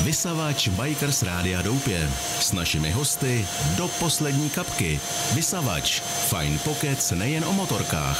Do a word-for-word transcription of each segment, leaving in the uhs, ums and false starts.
Vysavač Bikers Rádia Doupě. S našimi hosty do poslední kapky. Vysavač. Fajn pokec nejen o motorkách.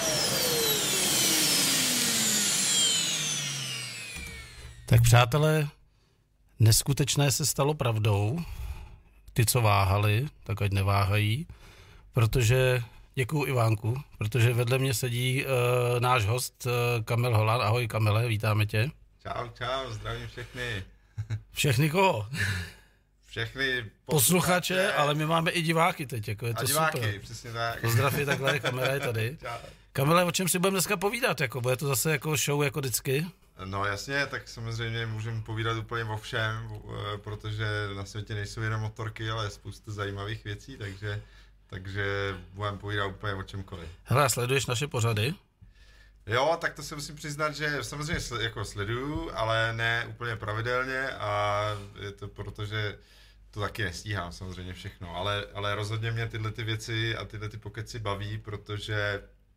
Tak přátelé, neskutečné se stalo pravdou. Ty, co váhali, tak ať neváhají, protože, děkuju Ivánku, protože vedle mě sedí uh, náš host uh, Kamil Holan. Ahoj Kamile, vítáme tě. Čau, čau, zdravím všechny. Všechny koho? Všechny posluchače, posluchače, ale my máme i diváky teď, jako je to a diváky, super. Přesně tak. Pozdrav je takhle, Kamila je tady. Čau. Kamile, o čem si budeme dneska povídat, jako bude to zase jako show jako vždycky? No jasně, tak samozřejmě můžeme povídat úplně o všem, protože na světě nejsou jenom motorky, ale je spoustu zajímavých věcí, takže, takže budeme povídat úplně o čemkoliv. Hele, sleduješ naše pořady? Jo, tak to se musím přiznat, že samozřejmě jako sleduju, ale ne úplně pravidelně a je to proto, že to taky nestíhám samozřejmě všechno, ale, ale rozhodně mě tyhle ty věci a tyhle ty pokeci baví, protože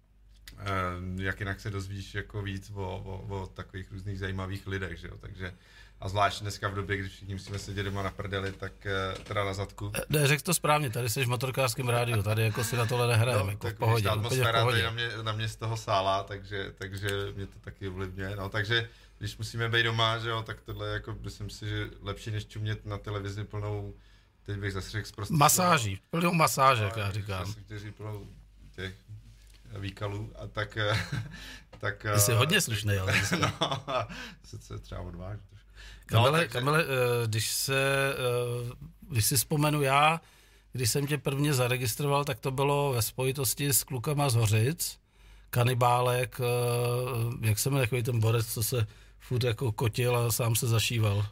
eh, jak jinak se dozvíš jako víc o, o, o takových různých zajímavých lidech, že jo, takže a zvlášť dneska v době, když všichni musíme sedět doma na prdeli, tak teda na zadku. Ne, řekl to správně, tady jsi v motorkářském rádiu, tady jako si na tohle nehrajeme, no, jako v pohodě. Ta atmosféra tady na mě, na mě z toho sála, takže, takže mě to taky ovlivňuje, no, takže když musíme být doma, že jo, tak tohle jako myslím si, že lepší než čumět na televizi plnou, teď bych zase řekl zprostě. Masáží, plnou masáže, jak já říkám. Kteří plnou těch výkalů a tak, tak. Ty jsi hodně slušnej, ale. No, se třeba odvážu. Kamile, no, takže... Kamile, když se, když si vzpomenu já, když jsem tě prvně zaregistroval, tak to bylo ve spojitosti s klukama z Hořic, Kanibálek, jak se jmenuje takový ten borec, co se furt jako kotil a sám se zašíval.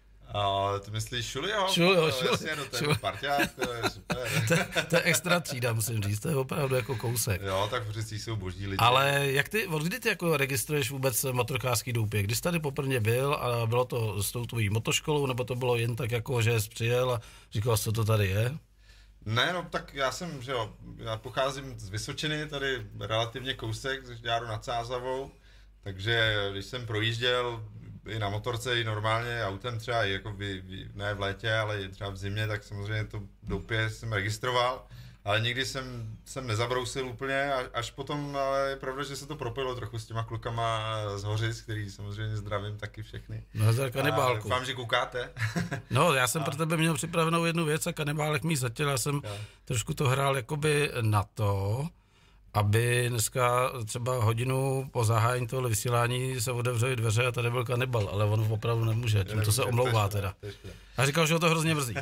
A ty myslíš Šuliho? Šuliho, Šuliho. Jasně, no, to je parťák, to je super. to, to je extra třída, musím říct, to je opravdu jako kousek. Jo, tak v Hořicích jsou boží lidi. Ale jak ty, od kdy ty jako registruješ vůbec motorkářský Doupě? Kdy jsi tady poprvé byl a bylo to s tou tvojí motoškolou, nebo to bylo jen tak jako, že jsi přijel a říkal, co to tady je? Ne, no tak já jsem, že jo, já pocházím z Vysočiny, tady relativně kousek, z Žďáru nad Sázavou, takže když jsem projížděl i na motorce, i normálně autem třeba, jako vy, vy, ne v létě, ale i třeba v zimě, tak samozřejmě to Doupě jsem registroval, ale nikdy jsem, jsem nezabrousil úplně, až potom, ale je pravda, že se to propilo trochu s těma klukama z Hořic, který samozřejmě zdravím taky všechny. No za Kanibálku. Doufám, že koukáte. No, já jsem a... pro tebe měl připravenou jednu věc a Kanibálek mi zatěl, já jsem ja. trošku to hrál jakoby na to, aby dneska třeba hodinu po zahájení tohle vysílání se otevřely dveře a tady byl kanibal, ale on opravdu nemůže, tím to se omlouvá teda. A říkal, že ho to hrozně mrzí.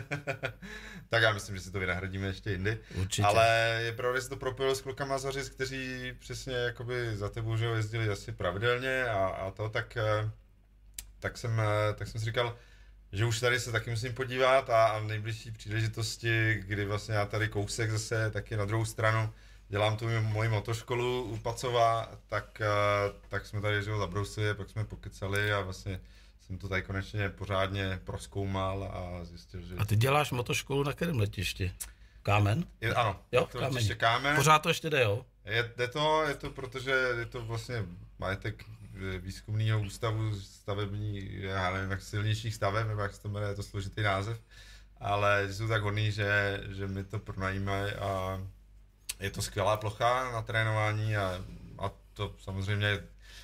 Tak já myslím, že si to vynahradíme ještě jindy. Určitě. Ale je pravda, že se to propojilo s klukama z Hořic, kteří přesně jakoby za tebou, že jezdili asi pravidelně a, a to, tak, tak, jsem, tak jsem si říkal, že už tady se taky musím podívat a, a v nejbližší příležitosti, kdy vlastně já tady kousek zase taky na druhou stranu dělám tu moji motoškolu u Pacova, tak, tak jsme tady, že ho zabrousili, pak jsme pokecali a vlastně jsem to tady konečně pořádně prozkoumal a zjistil, že... A ty děláš motoškolu na kterém letišti? Kámen? Je, ano, jo, to letiště Kámen. Pořád to ještě jde, jo? Je, je, to, je to, protože je to vlastně majetek výzkumného ústavu stavební, já nevím, jak silnějších staveb, nebo jak se to jmenuje, je to složitý název, ale jsou tak hodný, že, že mi to pronajímají a je to skvělá plocha na trénování a, a to samozřejmě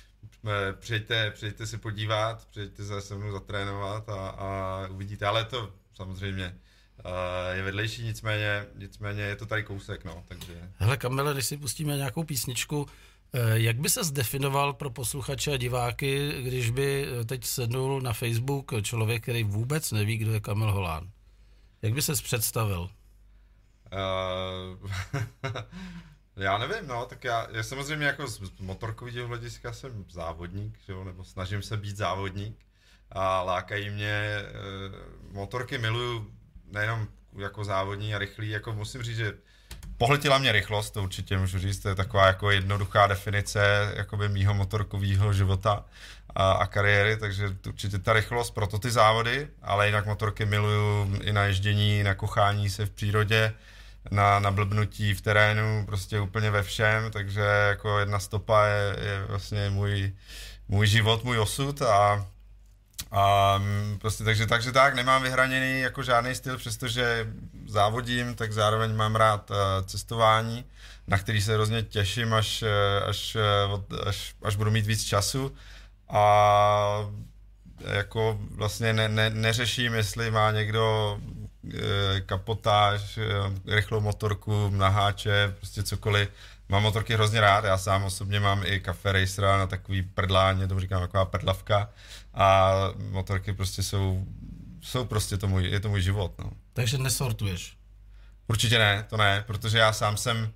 přijďte, přijďte se podívat, přijďte se se mnou zatrénovat a, a uvidíte, ale to samozřejmě uh, je vedlejší, nicméně, nicméně je to tady kousek, no, takže... Hele Kamile, když si pustíme nějakou písničku, jak by se zdefinoval pro posluchače a diváky, když by teď sednul na Facebook člověk, který vůbec neví, kdo je Kamil Holán? Jak by ses představil? Uh, já nevím, no, tak já, já samozřejmě jako z motorkového hlediska jsem závodník, že jo, nebo snažím se být závodník a lákají mě, uh, motorky miluju nejenom jako závodní a rychlý, jako musím říct, že pohltila mě rychlost, to určitě můžu říct, to je taková jako jednoduchá definice jakoby mýho motorkového života a, a kariéry, takže určitě ta rychlost, proto ty závody, ale jinak motorky miluju i na ježdění, na kochání se v přírodě, na, na blbnutí v terénu, prostě úplně ve všem, takže jako jedna stopa je, je vlastně můj, můj život, můj osud a A prostě takže, takže tak, nemám vyhraněný jako žádný styl, přestože závodím, tak zároveň mám rád uh, cestování, na který se hrozně těším, až, až, až, až budu mít víc času. A jako vlastně ne, ne, neřeším, jestli má někdo e, kapotáž, e, rychlou motorku, naháče, prostě cokoliv. Mám motorky hrozně rád, já sám osobně mám i Cafe Racera na takový prdláně, tomu říkám taková prdlavka. A motorky prostě jsou, jsou prostě to můj, je to můj život. No. Takže nesortuješ? Určitě ne, to ne, protože já sám jsem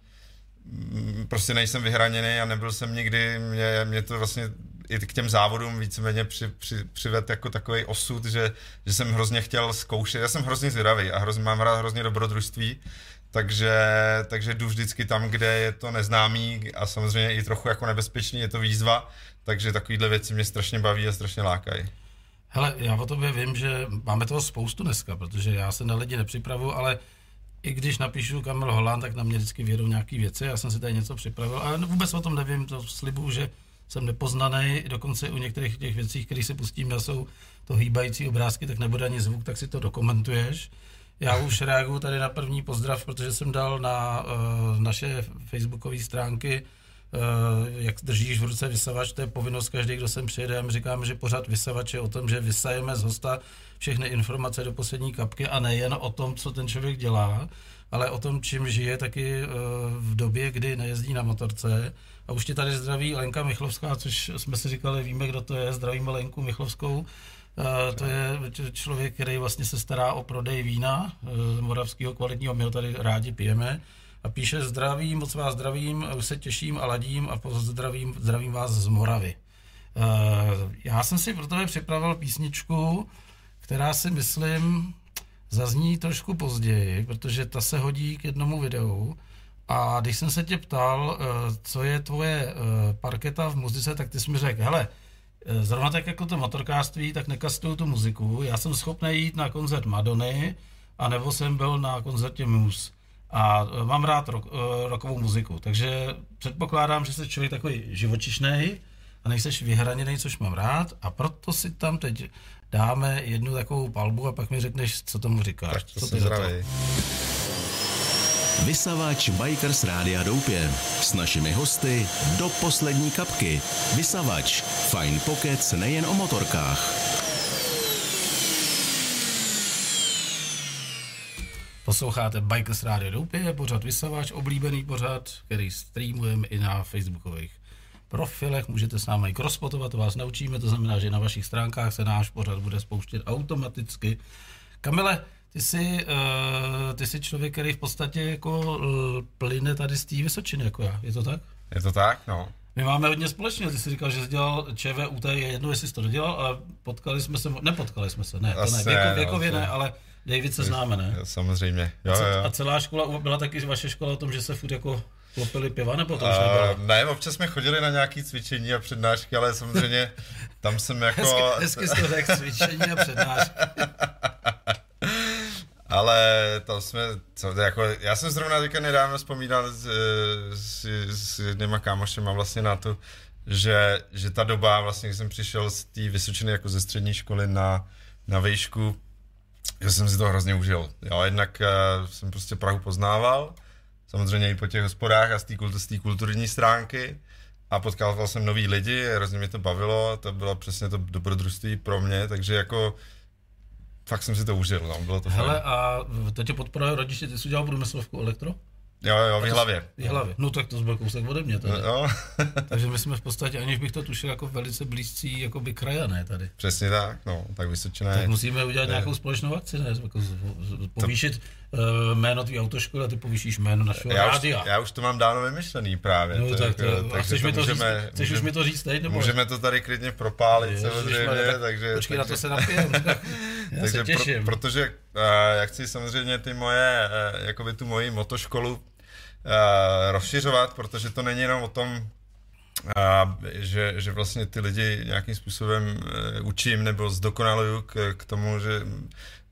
prostě nejsem vyhraněný a nebyl jsem nikdy, mě, mě to vlastně i k těm závodům víceméně při, při, přived jako takový osud, že, že jsem hrozně chtěl zkoušet, já jsem hrozně zvědavý a hrozně, mám rád hrozně dobrodružství, takže, takže jdu vždycky tam, kde je to neznámý a samozřejmě i trochu jako nebezpečný, je to výzva, takže takovýhle věci mě strašně baví a strašně lákají. Hele, já o tobě vím, že máme toho spoustu dneska, protože já se na lidi nepřipravuju, ale i když napíšu Kamil Holland, tak na mě vždycky vědou nějaký věci, já jsem si tady něco připravil, ale vůbec o tom nevím, to slibuju, že jsem nepoznaný, dokonce u některých těch věcí, které se pustím, na jsou to hýbající obrázky, tak nebude ani zvuk, tak si to dokumentuješ. Já už reaguju tady na první pozdrav, protože jsem dal na uh, naše facebookové stránky, uh, jak držíš v ruce vysavač, to je povinnost každý, kdo sem přijede, a my říkáme, že pořád vysavač je o tom, že vysajeme z hosta všechny informace do poslední kapky a nejen o tom, co ten člověk dělá, ale o tom, čím žije taky uh, v době, kdy nejezdí na motorce. A už tě tady zdraví Lenka Michlovská, což jsme si říkali, víme, kdo to je, zdravíme Lenku Michlovskou. Uh, to je člověk, který vlastně se stará o prodej vína, uh, moravského kvalitního, my ho tady rádi pijeme. A píše: zdravím, moc vás zdravím, už se těším a ladím a pozdravím, zdravím vás z Moravy. Uh, já jsem si pro tebe připravil písničku, která si myslím zazní trošku později, protože ta se hodí k jednomu videu. A když jsem se tě ptal, co je tvoje parketa v muzice, tak ty jsi mi řekl, hele, zrovna tak jako to motorkářství, tak nekastuju tu muziku. Já jsem schopný jít na koncert Madony, anebo jsem byl na koncertě Muse. A mám rád rock, rockovou muziku, takže předpokládám, že jsi člověk takový živočišnej a nejseš vyhraněný, což mám rád, a proto si tam teď dáme jednu takovou palbu a pak mi řekneš, co tomu říkáš. Tak to co jsem zdravý. Vysavač Bikers Rádia Doupě. S našimi hosty do poslední kapky. Vysavač. Fajn pokec nejen o motorkách. Posloucháte Bikers Rádia Doupě, pořad Vysavač, oblíbený pořad, který streamujeme i na facebookových profilech. Můžete s námi crosspotovat, to vás naučíme, to znamená, že na vašich stránkách se náš pořad bude spouštět automaticky. Kamile, Ty jsi, uh, ty jsi člověk, který v podstatě jako plyne tady z té Vysočiny, jako já. Je to tak? Je to tak, no. My máme hodně společného. Ty jsi říkal, že jsi dělal ČVUT, je jedno, jestli jsi to dodělal, ale potkali jsme se, nepotkali jsme se, ne, to ne, věko, věkově ne, ale David se známe, ne? Samozřejmě, jo, a, jo. A celá škola, byla taky vaše škola o tom, že se furt jako klopili piva, nebo to už nebylo? Uh, ne, občas jsme chodili na nějaké cvičení a přednášky, ale samozřejmě tam jsem jako... Hezky, hezky jsi to řekl, cvičení a přednášky. Ale tam jsme, co, jako, já jsem zrovna teďka nedávno vzpomínal s, s, s jednýma kámošema vlastně na to, že, že ta doba, vlastně, když jsem přišel z té Vysočiny jako ze střední školy na, na výšku, že jsem si to hrozně užil. Jo, jednak uh, jsem prostě Prahu poznával, samozřejmě i po těch hospodách a z té kultu, kulturní stránky, a potkával jsem nový lidi, hrozně mě to bavilo, to bylo přesně to dobrodružství pro mě, takže jako fakt jsem si to užil, no, bylo to Hele, fajn. a to tě podporuje rodiče, ty jsi udělal průmyslovku elektro? Jo, jo, v Jihlavě. V Jihlavě, no tak to byl kousek ode mě tady. No. Takže my jsme v podstatě, aniž bych to tušil, jako velice blízcí jakoby krajané tady. Přesně tak, no, tak Vysočina Tak je. musíme udělat nějakou společnou akci, ne? Jako z, z, povýšit to... uh, jméno tvý autoškoly a ty povýšíš jméno našeho já rádia. Už, já už to mám dávno vymyšlený právě. No, tak to, tak, a chceš, to mi to můžeme, říct, chceš můžeme, už mi to říct teď? Nebo? Můžeme to tady klidně propálit samozřejmě, takže... Počkej, takže, na to se napijem. Já takže se těším. Pro, protože uh, já chci samozřejmě ty moje, uh, jakoby tu moji motoškolu Uh, rozšiřovat, protože to není jenom o tom, uh, že, že vlastně ty lidi nějakým způsobem uh, učím nebo zdokonaluju k, k tomu, že,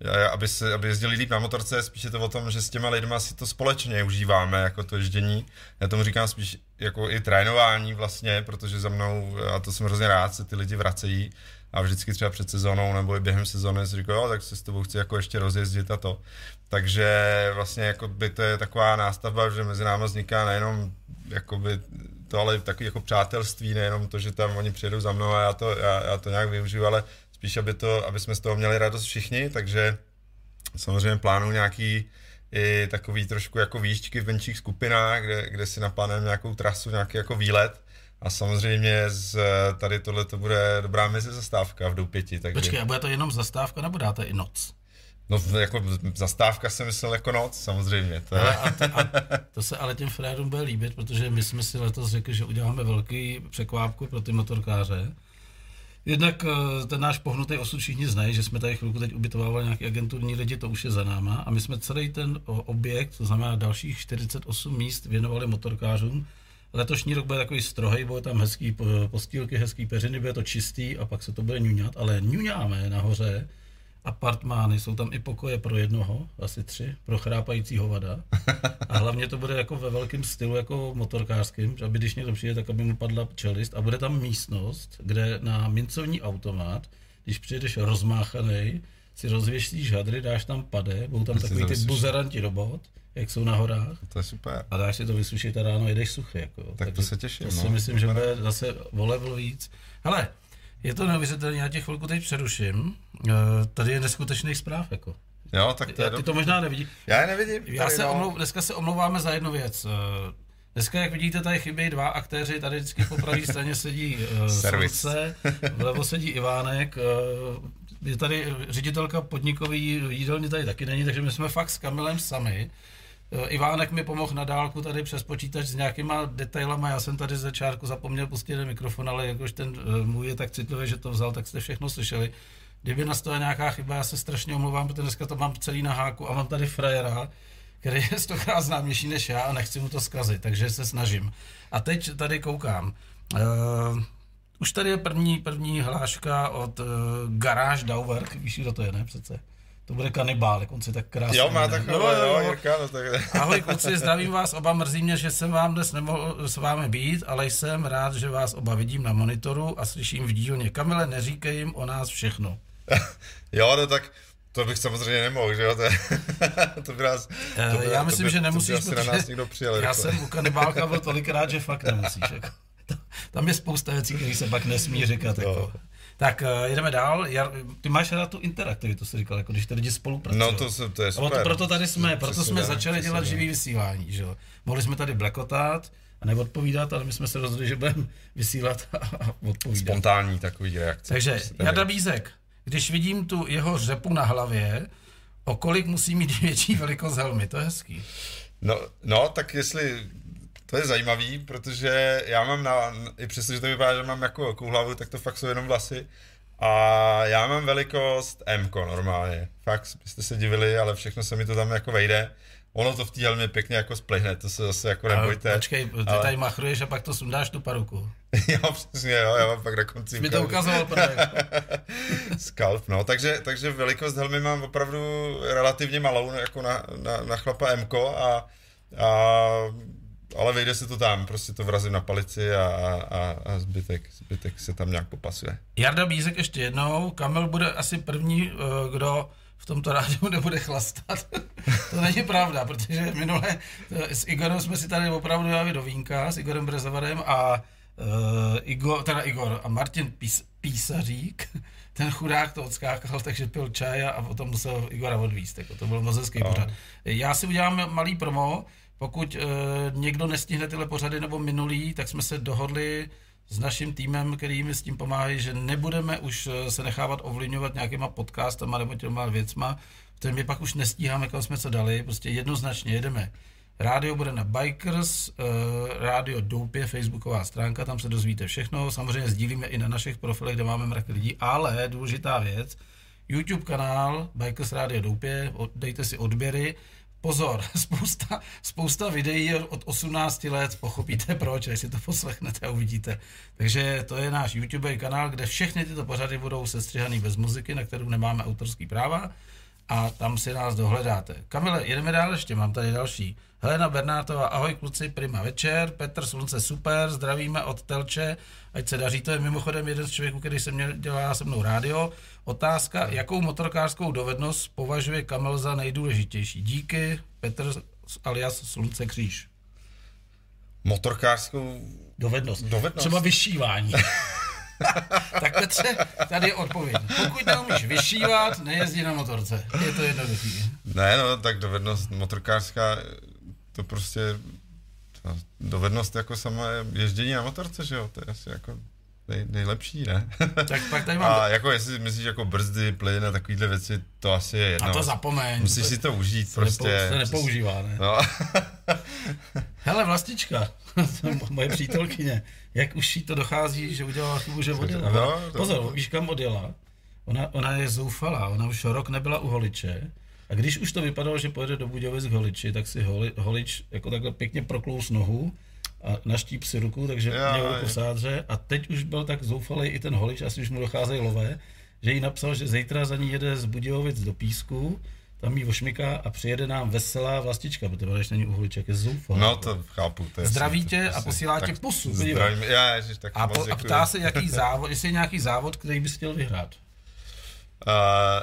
aby, se, aby jezdili líp na motorce, spíš je to o tom, že s těma lidma si to společně užíváme, jako to ježdění. Já tomu říkám spíš jako i trénování vlastně, protože za mnou, a to jsem hrozně rád, se ty lidi vracejí a vždycky třeba před sezónou nebo i během sezóny si říkají, jo, tak se s tebou chci jako ještě rozjezdit a to. Takže vlastně jako by to je taková nástavba, že mezi námi vzniká nejenom jakoby to, ale takový jako přátelství, nejenom to, že tam oni přijedou za mnou a já to, já, já to nějak využiju, ale spíš, aby, to, aby jsme z toho měli radost všichni, takže samozřejmě plánuju nějaký i takový trošku jako výšťky v menších skupinách, kde, kde si naplánujeme nějakou trasu, nějaký jako výlet a samozřejmě z, tady tohle to bude dobrá mezizastávka v Doupěti. Takže... Počkej, a bude to jenom zastávka, nebo dáte i noc? No jako zastávka jsem myslel jako noc, samozřejmě. To, je... ale, a te, a to se ale těm frérům bude líbit, protože my jsme si letos řekli, že uděláme velký překvápku pro ty motorkáře. Jednak ten náš pohnutý osud všichni znají, že jsme tady chvilku teď ubytovávali nějaký agenturní lidi, to už je za náma a my jsme celý ten objekt, to znamená dalších čtyřicet osm míst věnovali motorkářům. Letošní rok bude takový strohej, bude tam hezký postýlky, hezký peřiny, bude to čistý a pak se to bude ňuňat, ale ňuňáme nahoře apartmány, jsou tam i pokoje pro jednoho, asi tři, pro chrápající hovada. A hlavně to bude jako ve velkém stylu, jako motorkářským, aby když někdo přijde, tak aby mu padla čelist. A bude tam místnost, kde na mincovní automat, když přijedeš rozmáchanej, si rozvěštíš hadry, dáš tam pade, budou tam takový ty buzeranti do bot, jak jsou na horách. To je super. A dáš si to vysušit a ráno jedeš suchy. Jako. Tak Takže to se těším. To si no, myslím, že bude zase o level víc. Hele, je to neuvěřitelné, já tě chvilku teď přeruším. Tady je neskutečných zpráv, jako. Jo, tak to je Ty dobrý. To možná nevidíš. Já je nevidím. Já se no. omlou, dneska se omlouváme za jednu věc. Dneska, jak vidíte, tady chybějí dva aktéři, tady vždycky po pravé straně sedí Slunce, vlevo sedí Ivánek, je tady ředitelka podnikový jídelny tady taky není, takže my jsme fakt s Kamilem sami. Ivánek mi pomohl na dálku tady přes počítač s nějakýma detailama, já jsem tady z začátku zapomněl pustit ten mikrofon, ale jakož ten můj je tak citlivý, že to vzal, tak jste všechno slyšeli. Kdyby nastala nějaká chyba, já se strašně omlouvám, protože dneska to mám celý na háku a mám tady frajera, který je stokrát známější než já a nechci mu to zkazit, takže se snažím. A teď tady koukám. Uh, už tady je první, první hláška od uh, Garage Dauwerk, víš, kdo to je, ne přece? To bude kanibál, jak on si tak krásně. Jo, má takové, jo, jo, Jirka, no tak... Ahoj kluci, zdravím vás oba, mrzí mě, že jsem vám dnes nemohl s vámi být, ale jsem rád, že vás oba vidím na monitoru a slyším v dílně. Kamile, neříkej jim o nás všechno. Jo, no tak to bych samozřejmě nemohl, že jo, to, je, to by nás... To by, já myslím, to by, že nemusíš, to by asi na nás někdo přijel. Já jsem u kanibálka byl tolikrát, že fakt nemusíš. Jako. Tam je spousta věcí, které se pak nesmí říkat. Jako. Tak uh, jedeme dál. Jar, ty máš rád tu interaktivitu, jsi říkal, jako když ty lidi spolupracují. No to, to je super. A proto tady jsme, proto přesně jsme tak, začali dělat živý vysílání. Že? Mohli jsme tady blekotat a neodpovídat, ale my jsme se rozhodli, že budeme vysílat a odpovídat. Spontánní takový reakce. Takže Jarda Bízek, když vidím tu jeho řepu na hlavě, o kolik musí mít větší velikost helmy, to je hezký. No, no tak jestli... To je zajímavý, protože já mám, na, i přesto, že to vypadá, že mám jako velkou hlavu, tak to fakt jsou jenom vlasy. A já mám velikost M-ko normálně. Fakt byste se divili, ale všechno se mi to tam jako vejde. Ono to v té helmě pěkně jako splihne, to se zase jako nebojte. Počkej, ty ale... tady machruješ a pak to sundáš tu paruku. Jo, přesně, jo, já mám pak na konci. Jsi mi to ukazoval právě. Skalp, no, takže, takže velikost helmy mám opravdu relativně malou, jako na, na, na chlapa M-ko a, a ale vejde se to tam, prostě to vrazím na palici a, a, a zbytek, zbytek se tam nějak popasuje. Jarda Bízek ještě jednou, Kamil bude asi první, kdo v tomto rádiu nebude chlastat. To není pravda, protože minule s Igorem jsme si tady opravdu dali do vínka, s Igorem Brezovarem a uh, Igor, teda Igor a Martin Pís, Písařík, ten chudák to odskákal, takže pil čaj a potom musel Igora odvízt, jako to byl moc hezký no. pořad. Já si udělám malý promo. Pokud uh, někdo nestihne tyhle pořady nebo minulý, tak jsme se dohodli s naším týmem, který mi s tím pomáhají, že nebudeme už se nechávat ovlivňovat nějakýma podcastama nebo těma věcma, protože my pak už nestíháme, kam jsme co dali, prostě jednoznačně jedeme. Rádio bude na Bikers, uh, Rádio Doupě, facebooková stránka, tam se dozvíte všechno, samozřejmě sdílíme i na našich profilech, kde máme mraky lidí, ale důležitá věc, YouTube kanál Bikers Rádio Doupě, dejte si odběry. Pozor, spousta, spousta videí od osmnácti let, pochopíte proč, až si to poslechnete a uvidíte. Takže to je náš YouTube kanál, kde všechny tyto pořady budou sestřihaný bez muziky, na kterou nemáme autorský práva. a tam si nás dohledáte. Kamile, jedeme dál ještě, mám tady další. Helena Bernátová, ahoj kluci, prima večer, Petr Slunce, super, zdravíme od Telče, ať se daří, to je mimochodem jeden z člověků, který se mě dělá se mnou rádio. Otázka, jakou motorkářskou dovednost považuje Kamil za nejdůležitější? Díky, Petr alias Slunce Kříž. Motorkářskou dovednost. dovednost. Třeba vyšívání. Tak Petře, tady je odpověď. Pokud neumíš vyšívat, nejezdí na motorce. Je to jednoduchý. Ne, no, tak dovednost motorkářská, to prostě, to dovednost jako sama ježdění na motorce, že jo, to je asi jako nej, nejlepší, ne? Tak pak tady mám... A jako jestli myslíš jako brzdy, plyn a takovýhle věci, to asi je jedno. A to zapomeň. Musíš to si to užít to prostě. Nepo, to nepoužívá, ne? No. Hele, Vlastička, moje přítelkyně, jak už jí to dochází, že udělala chybu, že odjela. No, pozor, víš, kam odjela? Ona, ona je zoufalá, ona už rok nebyla u holiče. A když už to vypadalo, že pojede do Budějovic k holiči, tak si holi, holič jako takhle pěkně proklous nohu a naštíp si ruku, takže měl ruku v sádře. A teď už byl tak zoufalý i ten holič, asi už mu docházejí lové, že jí napsal, že zítra za ní jede z Budějovic do Písku, tam jí ošmiká a přijede nám veselá Vlastička, protože když není u holiček, je zoufalá. No to chápu. To je Zdraví tě a posílá tě pusu. Zdravím, já, ježiš, tak a, po, a ptá se, jaký závod, jestli je nějaký závod, který bys chtěl vyhrát. Uh,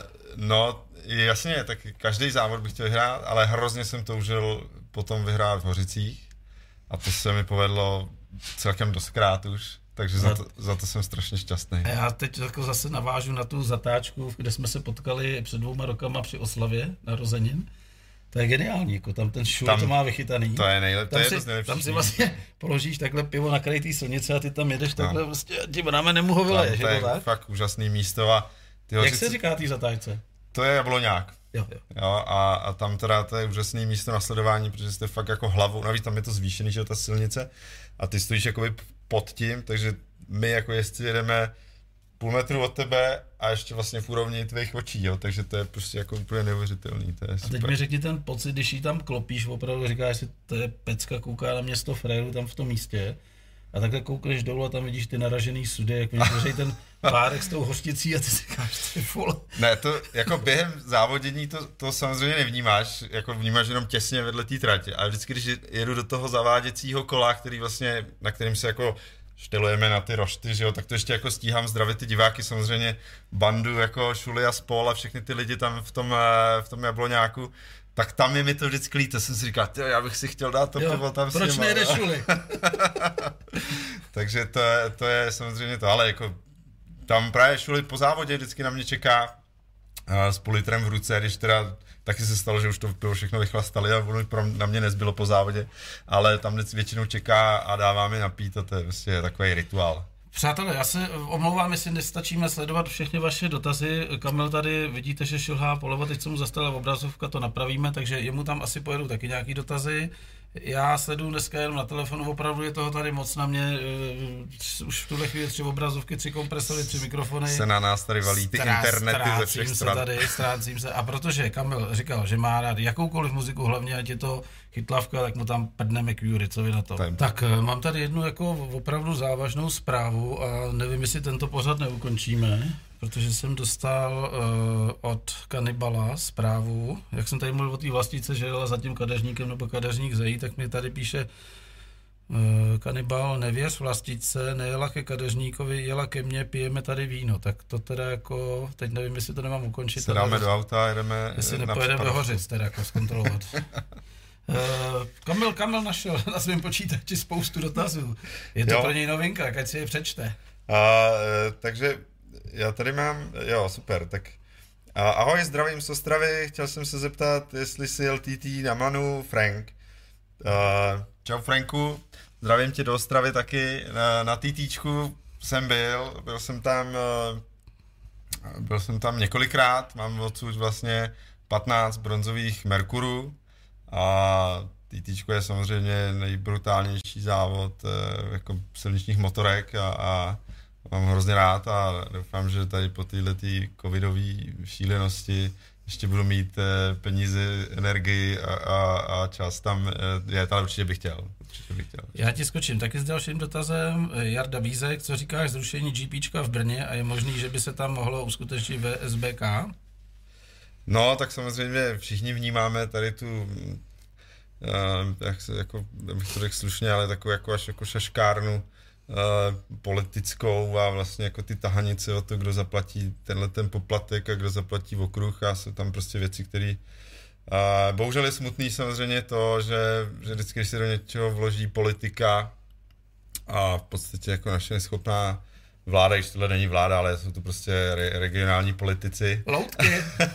no, jasně, tak každý závod bych chtěl vyhrát, ale hrozně jsem toužil potom vyhrát v Hořicích a to se mi povedlo celkem doskrát už, takže za to, za to jsem strašně šťastný. A já teď jako zase navážu na tu zatáčku, kde jsme se potkali před dvouma rokama při oslavě narozenin. To je geniální, jako tam ten šul tam, to má vychytaný. To je nejlepší, to je si, to nejlepší. Tam si vlastně položíš takhle pivo na kraji té silnice a ty tam jedeš takhle, no. Prostě tím ráme mu ho vyleješ, to je tak? Fakt úžasný místo a ty Jak se říká té zatáčce? To je Jabloňák. Jo, jo. Jo, a, a tam teda to je úžasné místo na sledování, protože jste fakt jako hlavou, navíc tam je to zvýšený, že ta silnice a ty stojíš jakoby pod tím, takže my jako jezdci jedeme půl metru od tebe a ještě vlastně v úrovni tvých očí, jo, takže to je prostě jako úplně neuvěřitelný, to je super. A teď mi řekni ten pocit, když jí tam klopíš, opravdu říkáš si, to je pecka, kouká na město frérů tam v tom místě a takhle koukneš dolů a tam vidíš ty naražený sudy, jak vidíš držej ten párek s tou hořticí a ty si říkáš, ty vole. Ne, to jako během závodění to, to samozřejmě nevnímáš, jako vnímáš jenom těsně vedle té tratě a vždycky, když jedu do toho zaváděcího kola, který vlastně, na kterým se jako štelujeme na ty rošty, že jo, tak to ještě jako stíhám zdravit ty diváky, samozřejmě bandu jako Šuly a Spol a všechny ty lidi tam v tom, v tom Jabloňáku, tak tam je mi to vždycky líto, jsem si říkal, tyjo, já bych si chtěl dát to pivo tam s nima. Proč nejde Šuly? Takže to je, to je samozřejmě to, ale jako tam právě Šuly po závodě vždycky na mě čeká uh, s půl litrem v ruce, když teda taky se stalo, že už to pivo všechno vychlastali a ono na mě nezbylo po závodě, ale tam většinou čeká a dává mi napít a to je vlastně takový rituál. Přátelé, já se omlouvám, jestli nestačíme sledovat všechny vaše dotazy. Kamil tady, vidíte, že šilhá poleva, teď se mu zastala obrazovka, to napravíme, takže jemu tam asi pojedou taky nějaký dotazy. Já sleduju dneska jenom na telefonu, opravdu je toho tady moc na mě, už v tuhle chvíli tři obrazovky, tři kompresory, tři mikrofony. Se na nás tady valí ty Strá, internety ze všech stran. Se tady, ztrácím se. A protože Kamil říkal, že má rád jakoukoliv muziku, hlavně ať je to chytlavka, tak mu tam prdneme Curie, co vy na to. Time. Tak mám tady jednu jako opravdu závažnou zprávu a nevím, jestli tento pořad neukončíme, protože jsem dostal uh, od Kanibala zprávu, jak jsem tady mluvil o té Vlastice, že jela za tím kadeřníkem nebo kadeřník zejí, tak mi tady píše uh, Kanibal, nevěř Vlastice, nejela ke kadeřníkovi, jela ke mně, pijeme tady víno. Tak to teda jako, teď nevím, jestli to nemám ukončit. Se dáme do auta, jedeme jestli nepojedeme do Hořic, teda jako zkontrolovat. Uh, Kamil, Kamil našel na svém počítači spoustu dotazů. Je to jo. Pro něj novinka, ať si je přečte. Uh, takže já tady mám, jo, super, tak ahoj, zdravím z Ostravy, chtěl jsem se zeptat, jestli si jel T T na Manu, Frank. Uh, čau Franku, zdravím tě do Ostravy taky, na, na TTčku jsem byl, byl jsem tam, uh, byl jsem tam několikrát, mám odsud vlastně patnáct bronzových Merkurů a TTčko je samozřejmě nejbrutálnější závod uh, jako silničních motorek a, a mám hrozně rád a doufám, že tady po této covidové šílenosti ještě budu mít eh, peníze, energii a, a, a čas tam. Eh, je, ale určitě bych chtěl. Určitě bych chtěl. Já ti skočím taky s dalším dotazem. Jarda Vízek, co říkáš zrušení GPčka v Brně a je možný, že by se tam mohlo uskutečnit V S B K? No, tak samozřejmě všichni vnímáme tady tu, uh, jak se, jako, bych to řekl slušně, ale takovou jako až jako šaškárnu uh, politickou a vlastně jako ty tahanice o to, kdo zaplatí tenhle ten poplatek a kdo zaplatí okruh a jsou tam prostě věci, které uh, bohužel je smutný samozřejmě to, že, že vždycky, když se do něčeho vloží politika a v podstatě jako naše neschopná vláda, když tohle není vláda, ale jsou to prostě re- regionální politici. Loutky.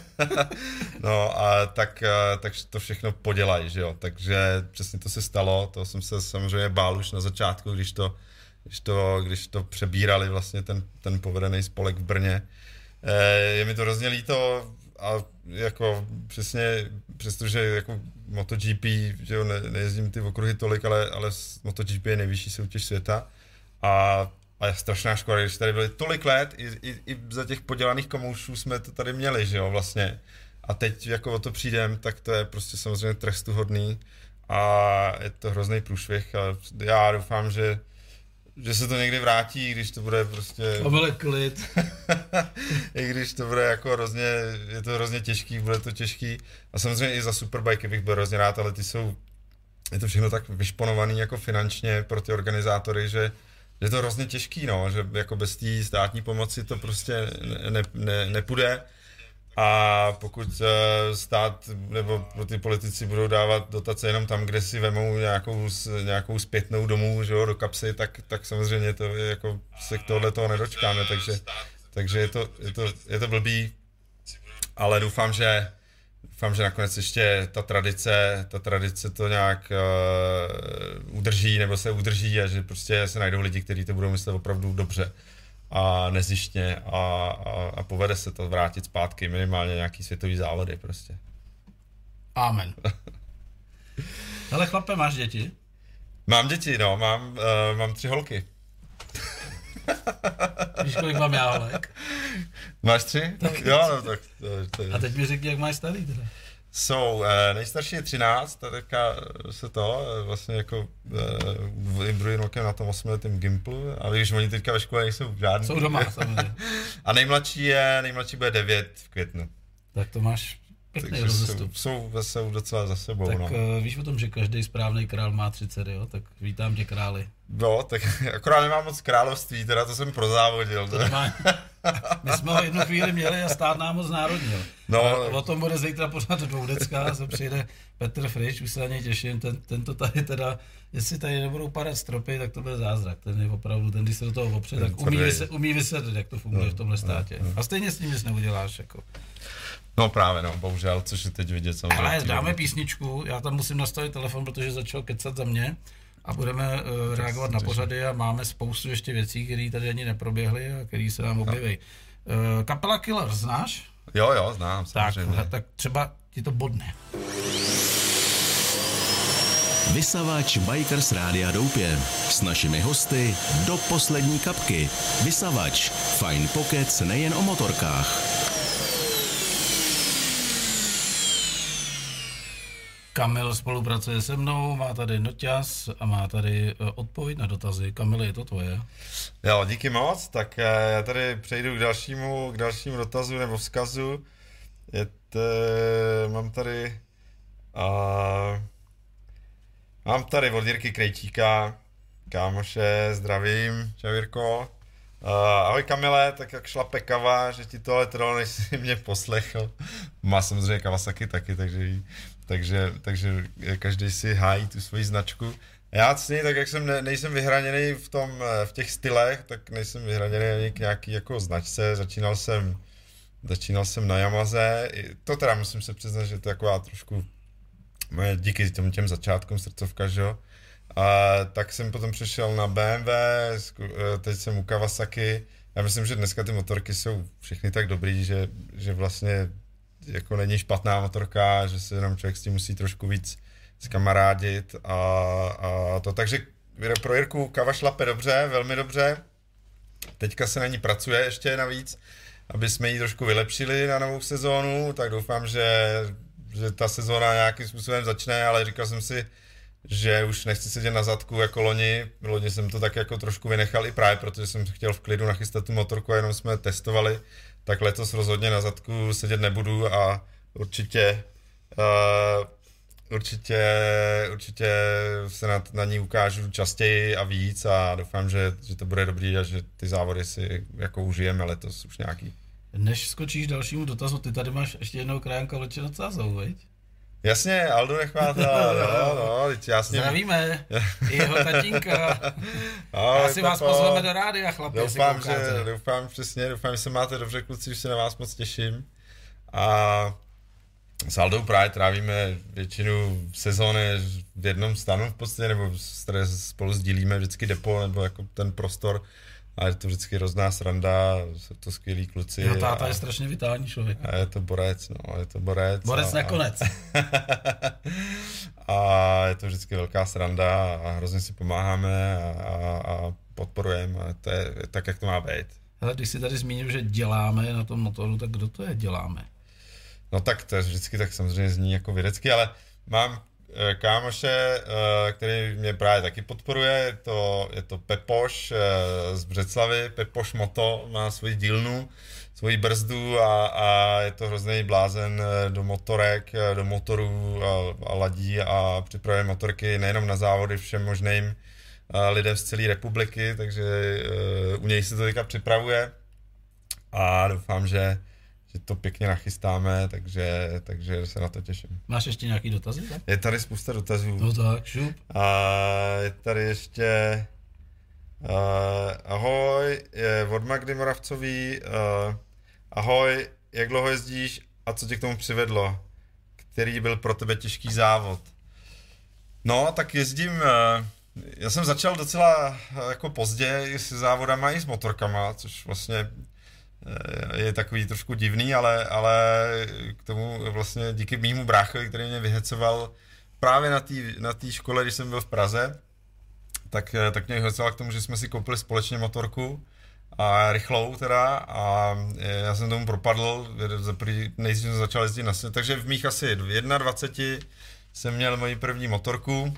No a tak, tak to všechno podělají, že jo. Takže přesně to se stalo, to jsem se samozřejmě bál už na začátku, když to, když to, když to přebírali vlastně ten, ten povedený spolek v Brně. E, je mi to hrozně líto a jako přesně, přestože jako MotoGP, že jo, ne, nejezdím ty okruhy tolik, ale, ale MotoGP je nejvyšší soutěž světa a A je strašná škoda, když tady byli tolik let, i, i, i za těch podělaných komoušů jsme to tady měli, že jo, vlastně. A teď jako o to přijdem, tak to je prostě samozřejmě trestuhodný a je to hrozný průšvih a já doufám, že, že se to někdy vrátí, když to bude prostě... To bude klid. I když to bude jako hrozně, je to hrozně těžký, bude to těžký. A samozřejmě i za Superbike bych byl hrozně rád, ale ty jsou, je to všechno tak vyšponovaný jako finančně pro ty organizátory, že je to hrozně těžký, no, že jako bez té státní pomoci to prostě ne, ne, ne, nepůjde a pokud stát nebo ty politici budou dávat dotace jenom tam, kde si vemou nějakou, nějakou zpětnou domů, že jo, do kapsy, tak, tak samozřejmě to je jako se k tohle toho nedočkáme, takže, takže je, to, je, to, je to blbý, ale doufám, že Doufám, že nakonec ještě ta tradice, ta tradice to nějak uh, udrží nebo se udrží a že prostě se najdou lidi, kteří to budou myslet opravdu dobře a nezištně a, a, a povede se to vrátit zpátky, minimálně nějaký světový závody prostě. Amen. Hele chlape, máš děti? Mám děti, no, mám, uh, mám tři holky. Víš, kolik mám já holek? Máš tři? Tak, jo, no, tak to, to je... A teď mi řekni, jak máš starý teda. Jsou, eh, nejstarší je třináct, a teďka se to eh, vlastně jako eh, druhým rokem na tom osmiletém Gimplu, ale když oni teďka ve škole nejsou žádný. Jsou doma, samozřejmě. A nejmladší je, nejmladší bude devět v květnu. Tak to máš pěkný Takže rozestup. Jsou, jsou, jsou docela za sebou, tak no. uh, víš o tom, že každý správný král má třicet, jo? Tak vítám tě, králi. No, tak akorát nemám moc království, teda to jsem prozávodil. To nemá... My jsme ho jednu chvíli měli a stát nám moc národnil. No, o tom bude zítra pořád dvoudecka, se přijde Petr Frič, už se na něj těším, ten, ten to tady teda, jestli tady nebudou padat stropy, tak to bude zázrak, ten je opravdu, ten když se do toho opře, tak umí, vyse, umí vysvětlit, jak to funguje no, v tomhle státě. No, no. A stejně s ním nic neuděláš, jako. No právě, no, bohužel, což je teď vidět samozřejmě. Ale dáme písničku, já tam musím nastavit telefon, protože začal kecat za mě a budeme uh, reagovat na pořady a máme spoustu ještě věcí, které tady ani neproběhly a které se nám objeví. No. Uh, kapela Killer, znáš? Jo, jo, znám, samozřejmě. Tak, tak třeba ti to bodne. Vysavač Bikers Rádia Doupě. S našimi hosty do poslední kapky. Vysavač. Fajn pokec nejen o motorkách. Kamil spolupracuje se mnou, má tady noťaz a má tady odpověď na dotazy. Kamil, je to tvoje? Jo, díky moc, tak já tady přejdu k dalšímu, k dalšímu dotazu nebo vzkazu. Je to, mám tady a, mám tady od Jirky Krejčíka, kámoše, zdravím, čau Jirko. Uh, ahoj Kamile, tak jak šlape kava, že ti tohle trvalo, než jsi mě poslechl. Má samozřejmě Kawasaki taky, takže, takže, takže každý si hájí tu svoji značku. Já cení, tak jak jsem ne, nejsem vyhraněný v tom, v těch stylech, tak nejsem vyhraněný ani k nějaký jako značce. Začínal jsem, začínal jsem na Yamaze, to teda musím se přiznat, že to je taková trošku díky těm, těm začátkům srdcovka, že jo. A tak jsem potom přešel na bé em vé, teď jsem u Kawasaki. Já myslím, že dneska ty motorky jsou všechny tak dobrý, že, že vlastně jako není špatná motorka, že se jenom člověk s tím musí trošku víc zkamarádit a, a to. Takže pro Jirku Kawa šlape dobře, velmi dobře. Teďka se na ní pracuje ještě navíc, aby jsme ji trošku vylepšili na novou sezónu, tak doufám, že, že ta sezóna nějakým způsobem začne, ale říkal jsem si, že už nechci sedět na zadku jako loni. Loni jsem to tak jako trošku vynechal i právě, protože jsem chtěl v klidu nachystat tu motorku a jenom jsme testovali. Tak letos rozhodně na zadku sedět nebudu a, určitě, uh, určitě, určitě se na, na ní ukážu častěji a víc a doufám, že, že to bude dobrý a že ty závody si jako užijeme letos už nějaký. Než skočíš dalšímu dotazu, ty tady máš ještě jednou krajanka vleče nad Sázou, viď? Jasně, Aldu Nechváta, no, no, já s ním... Zdravíme, i jeho tatínka. Ahoj, Asi vás pozveme do rádia, chlapi, doufám, že, doufám, přesně, doufám, že se máte dobře, kluci, už se na vás moc těším. A s Aldou právě trávíme většinu sezóny v jednom stanu v podstatě, nebo spolu sdílíme vždycky depo, nebo jako ten prostor. A je to vždycky hrozná sranda, jsou to skvělí kluci. Jeho táta a, je strašně vitální člověk. A je to borec, no, je to borec. Borec a, nakonec. A je to vždycky velká sranda a hrozně si pomáháme a, a, a podporujeme a to je tak, jak to má být. Ale když jsi tady zmínil, že děláme na tom motoru, tak kdo to je děláme? No tak to je vždycky tak samozřejmě zní jako vědecky, ale mám kámoše, který mě právě taky podporuje, je to, je to Pepoš z Břeclavy, Pepoš Moto, má svoji dílnu, svoji brzdu a, a je to hrozný blázen do motorek, do motorů a, a ladí a připravuje motorky nejenom na závody všem možným lidem z celé republiky, takže u něj se to teďka připravuje a doufám, že že to pěkně nachystáme, takže, takže se na to těším. Máš ještě nějaký dotazy? Tak? Je tady spousta dotazů. No tak, šup. A je tady ještě uh, ahoj, je od Magdy Moravcový. Uh, ahoj, jak dlouho jezdíš a co tě k tomu přivedlo? Který byl pro tebe těžký závod? No, tak jezdím, uh, já jsem začal docela uh, jako pozdě s závodama i s motorkama, což vlastně je takový trošku divný, ale, ale k tomu vlastně díky mýmu bráchovi, který mě vyhecoval právě na té na té škole, když jsem byl v Praze, tak, tak mě vyhecoval k tomu, že jsme si koupili společně motorku a rychlou teda a já jsem tomu propadl, nejdřív jsem začal jezdit na svět, takže v mých asi dvaceti jedné jsem měl moji první motorku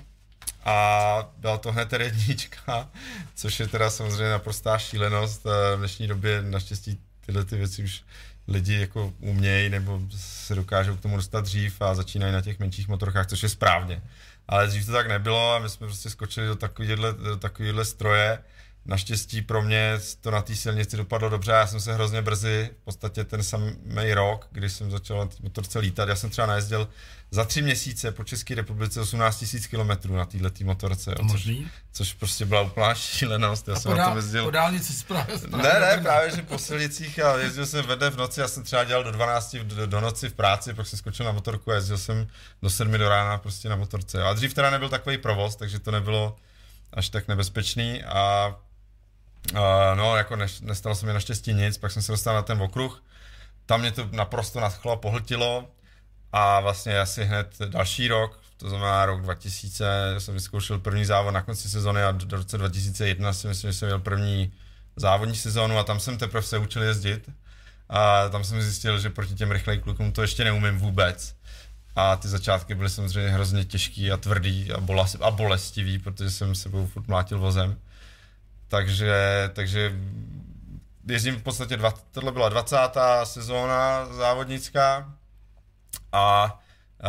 a byla to hned jednička, což je teda samozřejmě naprostá šílenost. V dnešní době naštěstí tyhle ty věci už lidi jako umějí nebo se dokážou k tomu dostat dřív a začínají na těch menších motorkách, což je správně. Ale dřív to tak nebylo a my jsme prostě skočili do takovýhle, do takovýhle stroje. Naštěstí pro mě to na té silnici dopadlo dobře, já jsem se hrozně brzy, v podstatě ten samý rok, když jsem začal na té motorce lítat, já jsem třeba najezdil za tři měsíce po České republice osmnáct tisíc kilometrů na této motorce, jo, což, což prostě byla úplná šílenost. Já a jsem po, na dá, tom jezdil... po dálnici správně. Ne, ne, právě, že po silnicích a jezdil jsem ve dne v noci, já jsem třeba dělal do dvanácti do, do noci v práci, pak jsem skočil na motorku a jezdil jsem do sedmi do rána prostě na motorce. A dřív teda nebyl takový provoz, takže to nebylo až tak nebezpečný a Uh, no, jako ne, nestalo se mi naštěstí nic, pak jsem se dostal na ten okruh, tam mě to naprosto nadchlo a pohltilo a vlastně asi hned další rok, to znamená rok dva tisíce, jsem vyzkoušel první závod na konci sezony a do roce dva tisíce jedna si myslím, že jsem měl první závodní sezónu a tam jsem teprve se učil jezdit a tam jsem zjistil, že proti těm rychlejm klukům to ještě neumím vůbec. A ty začátky byly samozřejmě hrozně těžký a tvrdý a, bolas, a bolestivý, protože jsem sebou furt mlátil vozem. Takže, takže jezdím v podstatě, dva, tohle byla dvacátá sezóna závodnická a, a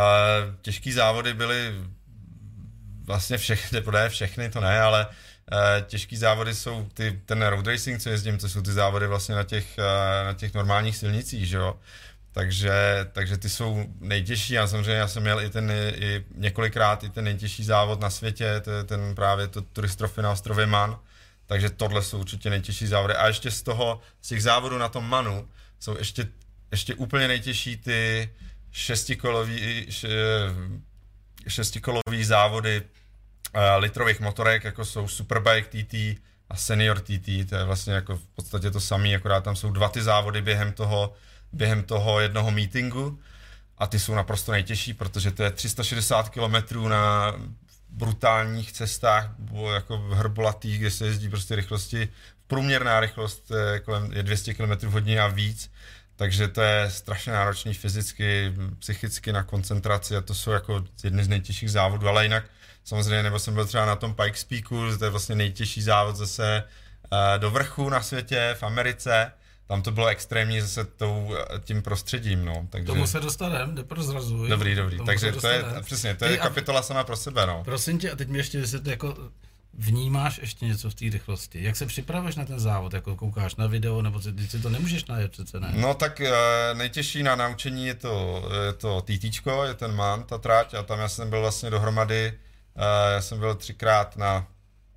těžký závody byly vlastně všechny, ne všechny, to ne, ale a, těžký závody jsou ty, ten road racing, co jezdím, to jsou ty závody vlastně na těch, a, na těch normálních silnicích, že jo. Takže, takže ty jsou nejtěžší a samozřejmě já jsem měl i ten i několikrát i ten nejtěžší závod na světě, to je ten právě to turistrofy na ostrově Man. Takže tohle jsou určitě nejtěžší závody. A ještě z toho, z těch závodů na tom Manu, jsou ještě, ještě úplně nejtěžší ty šestikolový, šestikolový závody uh, litrových motorek, jako jsou Superbike T T a Senior T T. To je vlastně jako v podstatě to samé, akorát tam jsou dva ty závody během toho, během toho jednoho meetingu. A ty jsou naprosto nejtěžší, protože to je tři sta šedesát kilometrů na brutálních cestách, jako hrbolatých, kde se jezdí prostě rychlosti, průměrná rychlost je kolem je dvě stě kilometrů hodně a víc, takže to je strašně náročný fyzicky, psychicky na koncentraci a to jsou jako jedny z nejtěžších závodů, ale jinak samozřejmě, nebo jsem byl třeba na tom Pikes Peaku, to je vlastně nejtěžší závod zase do vrchu na světě, v Americe, tam to bylo extrémní zase tou, tím prostředím, no. Takže... Tomu se dostaneme, neprozrazuj. Dobrý, dobrý, takže to je, přesně, to je Ty, kapitola sama pro sebe, no. Prosím tě, a teď mi ještě vysvětli, jako vnímáš ještě něco v té rychlosti? Jak se připravuješ na ten závod, jako koukáš na video, nebo si, si to nemůžeš najet přece, ne? No tak nejtěžší na naučení je to, je to TTčko, je ten man, ta trať, a tam já jsem byl vlastně dohromady, já jsem byl třikrát na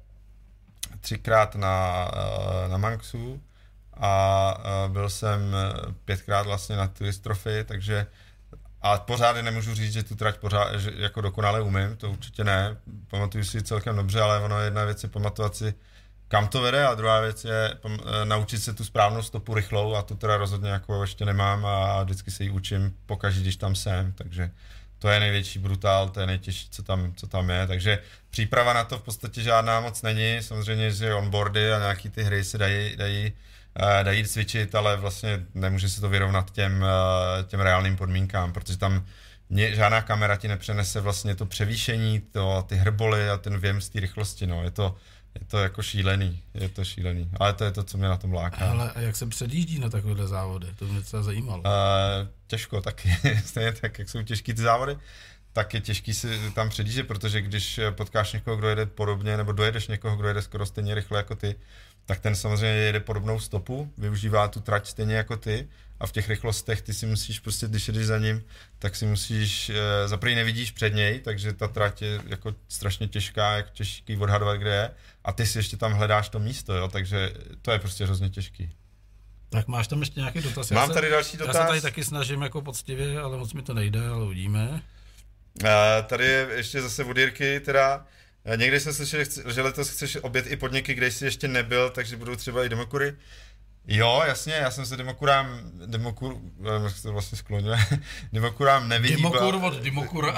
třikrát na, na Manxu a byl jsem pětkrát vlastně na Tourist Trophy, takže a pořád nemůžu říct, že tu trať pořád že jako dokonale umím, to určitě ne, pamatuju si celkem dobře, ale ono jedna věc je pamatovat si, kam to vede, a druhá věc je naučit se tu správnou stopu rychlou, a tu teda rozhodně jako ještě nemám a vždycky se ji učím pokaždé, když tam jsem, takže to je největší brutál, to je nejtěžší, co tam, co tam je, takže příprava na to v podstatě žádná moc není, samozřejmě, že onboardy a nějaký ty hry se dají, dají, dají cvičit, ale vlastně nemůže se to vyrovnat těm, těm reálným podmínkám, protože tam mě, žádná kamera ti nepřenese vlastně to převýšení, to, ty hrboly a ten věm z té rychlosti, no, je to, je to jako šílený, je to šílený, ale to je to, co mě na tom láká. Ale a jak se předjíždí na takovéhle závody, to mě docela zajímalo. Uh, těžko taky, stejně tak, jak jsou těžký ty závody, tak je těžký si tam předjíždět, protože když potkáš někoho, kdo jede podobně, nebo dojedeš někoho, kdo jede skoro stejně rychle jako ty, tak ten samozřejmě jede podobnou stopu, využívá tu trať stejně jako ty, a v těch rychlostech ty si musíš prostě, když jedeš za ním, tak si musíš, za první nevidíš před něj, takže ta trať je jako strašně těžká, jak těžký odhadovat, kde je, a ty si ještě tam hledáš to místo, jo, takže to je prostě hrozně těžký. Tak máš tam ještě nějaký dotaz? Mám tady další dotaz. Já se tady taky snažím jako poctivě, ale moc mi to nejde, ale uvidíme. Uh, tady je ještě zase od Jirky, teda někdy jsem slyšel, že letos chceš objet i podniky, kde jsi ještě nebyl, takže budou třeba i demokury. Jo, jasně, já jsem se demokurám, demokur, jak se to vlastně skloňuje, demokurám nevyhýbal. Demokur od demokura.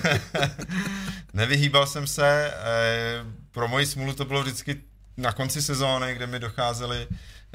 Nevyhýbal jsem se, pro moji smůlu to bylo vždycky na konci sezóny, kde mi docházely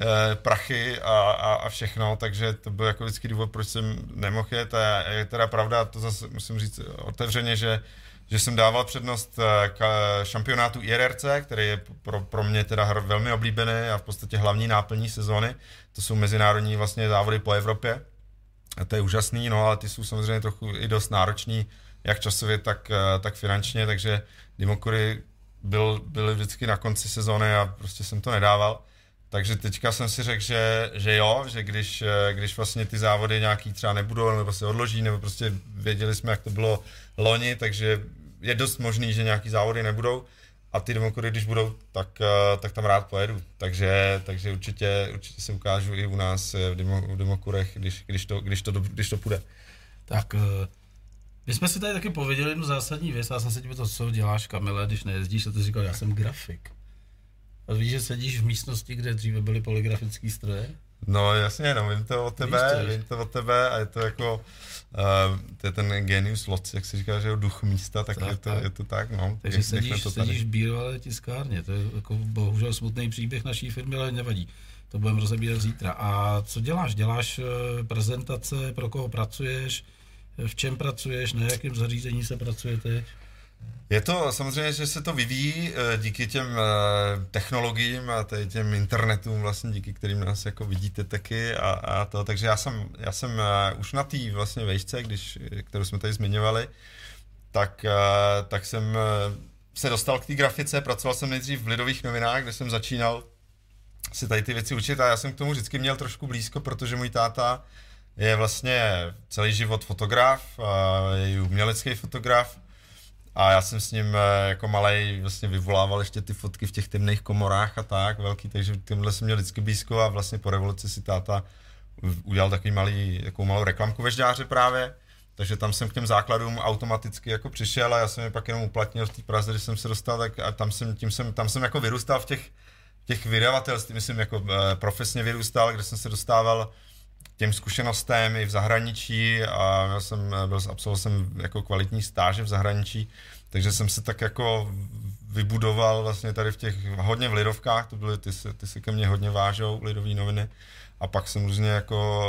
prachy a, a, a všechno, takže to byl jako vždycky důvod, proč jsem nemohl jet, a je teda pravda, to zase musím říct otevřeně, že že jsem dával přednost k šampionátu I R R C, který je pro, pro mě teda velmi oblíbený a v podstatě hlavní náplní sezóny. To jsou mezinárodní vlastně závody po Evropě. A to je úžasný, no ale ty jsou samozřejmě trochu i dost náročný, jak časově, tak, tak finančně, takže demokury byl, byly vždycky na konci sezóny a prostě jsem to nedával. Takže teďka jsem si řekl, že, že jo, že když, když vlastně ty závody nějaký třeba nebudou, nebo se odloží, nebo prostě věděli jsme, jak to bylo loni, takže je dost možný, že nějaký závody nebudou, a ty demokury, když budou, tak, tak tam rád pojedu. Takže, takže určitě, určitě se ukážu i u nás v, demo, v demokurech, když, když, to, když, to, když to půjde. Tak my jsme si tady taky pověděli jednu zásadní věc, já jsem se tě to, co děláš, Kamile, když nejezdíš, a ty říkal, já jsem grafik. A víš, že sedíš v místnosti, kde dříve byly polygrafické stroje? No jasně, no, vím to od tebe, vím to od tebe, a je to jako, uh, to je ten genius loci, jak se říká, že je duch místa, tak, tak, je, to, tak. je to tak, no. Takže sedíš, sedíš v bílé tiskárně, to je jako bohužel smutný příběh naší firmy, ale nevadí, to budeme rozebírat zítra. A co děláš? Děláš prezentace, pro koho pracuješ, v čem pracuješ, na jakém zařízení se pracuje teď? Je to samozřejmě, že se to vyvíjí díky těm technologiím a těm internetům, vlastně díky kterým nás jako vidíte taky, a, a to, takže já jsem, já jsem už na té vlastně vejšce, když, kterou jsme tady zmiňovali, tak, tak jsem se dostal k té grafice, pracoval jsem nejdřív v Lidových novinách, kde jsem začínal si tady ty věci učit, a já jsem k tomu vždycky měl trošku blízko, protože můj táta je vlastně celý život fotograf, je umělecký fotograf, a já jsem s ním jako malej vlastně vyvolával ještě ty fotky v těch temných komorách a tak velký, takže tímhle jsem měl vždycky blízko, a vlastně po revoluci si táta udělal takový malý, takovou malou reklamku ve Žďáře právě, takže tam jsem k těm základům automaticky jako přišel, a já jsem je pak jenom uplatnil v té Praze, když jsem se dostal, tak a tam jsem, tím jsem, tam jsem jako vyrůstal v těch, těch vydavatelstvích, myslím jako profesně vyrůstal, kde jsem se dostával těm zkušenostem i v zahraničí, a já jsem byl, absolvoval jsem jako kvalitní stáže v zahraničí, takže jsem se tak jako vybudoval vlastně tady v těch, hodně v Lidovkách, to byly, ty se, ty se ke mně hodně vážou, Lidové noviny, a pak jsem různě jako,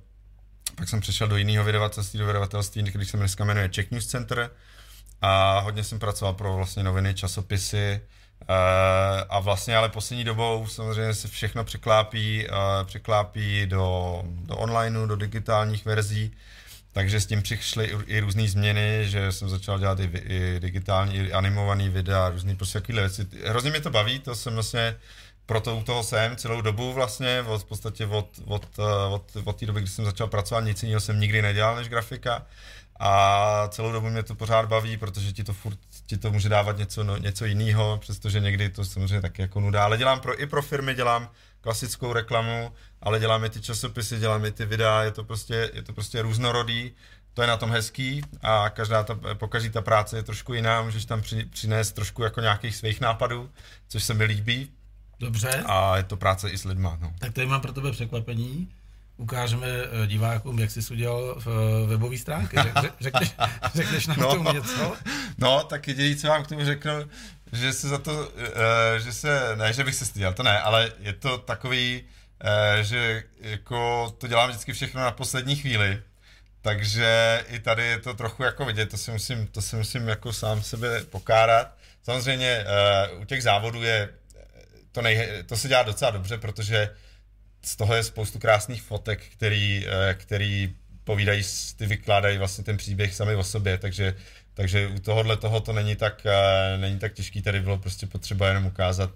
pak jsem přešel do jiného vydavatelství, do vydavatelství, když se dneska jmenuje Czech News Center, a hodně jsem pracoval pro vlastně noviny, časopisy, a vlastně ale poslední dobou samozřejmě se všechno překlápí, překlápí do, do onlineu, do digitálních verzí, takže s tím přišly i různé změny, že jsem začal dělat i, i digitální, i animovaný videa, různý prostě takové věci. Hrozně mě to baví, to jsem vlastně, proto u toho jsem celou dobu vlastně, od, v podstatě od, od, od, od té doby, kdy jsem začal pracovat, nic jiného jsem nikdy nedělal než grafika. A celou dobu mě to pořád baví, protože ti to furt ti to může dávat něco, no, něco jiného, přestože někdy to samozřejmě taky jako nuda, ale dělám pro, i pro firmy, dělám klasickou reklamu, ale dělám i ty časopisy, dělám i ty videa, je to prostě, je to prostě různorodý, to je na tom hezký a každá ta, pokaždý ta práce je trošku jiná, můžeš tam při, přinést trošku jako nějakých svých nápadů, což se mi líbí. Dobře. A je to práce i s lidma. No. Tak tady mám pro tebe překvapení. Ukážeme divákům, jak jsi udělal webové stránky. Řek, řekneš, řekneš nám no, k tomu něco? No, tak jediný, co vám k tomu řeknu, že se za to, uh, že se, ne, že bych se styděl, to ne, ale je to takový, uh, že jako to dělám vždycky všechno na poslední chvíli, takže i tady je to trochu jako vidět, to si musím, to si musím jako sám sebe pokárat. Samozřejmě uh, u těch závodů je, to, nej, to se dělá docela dobře, protože z toho je spoustu krásných fotek, který, který povídají, ty vykládají vlastně ten příběh sami o sobě, takže, takže u tohohle toho to není tak, není tak těžký, tady bylo prostě potřeba jenom ukázat,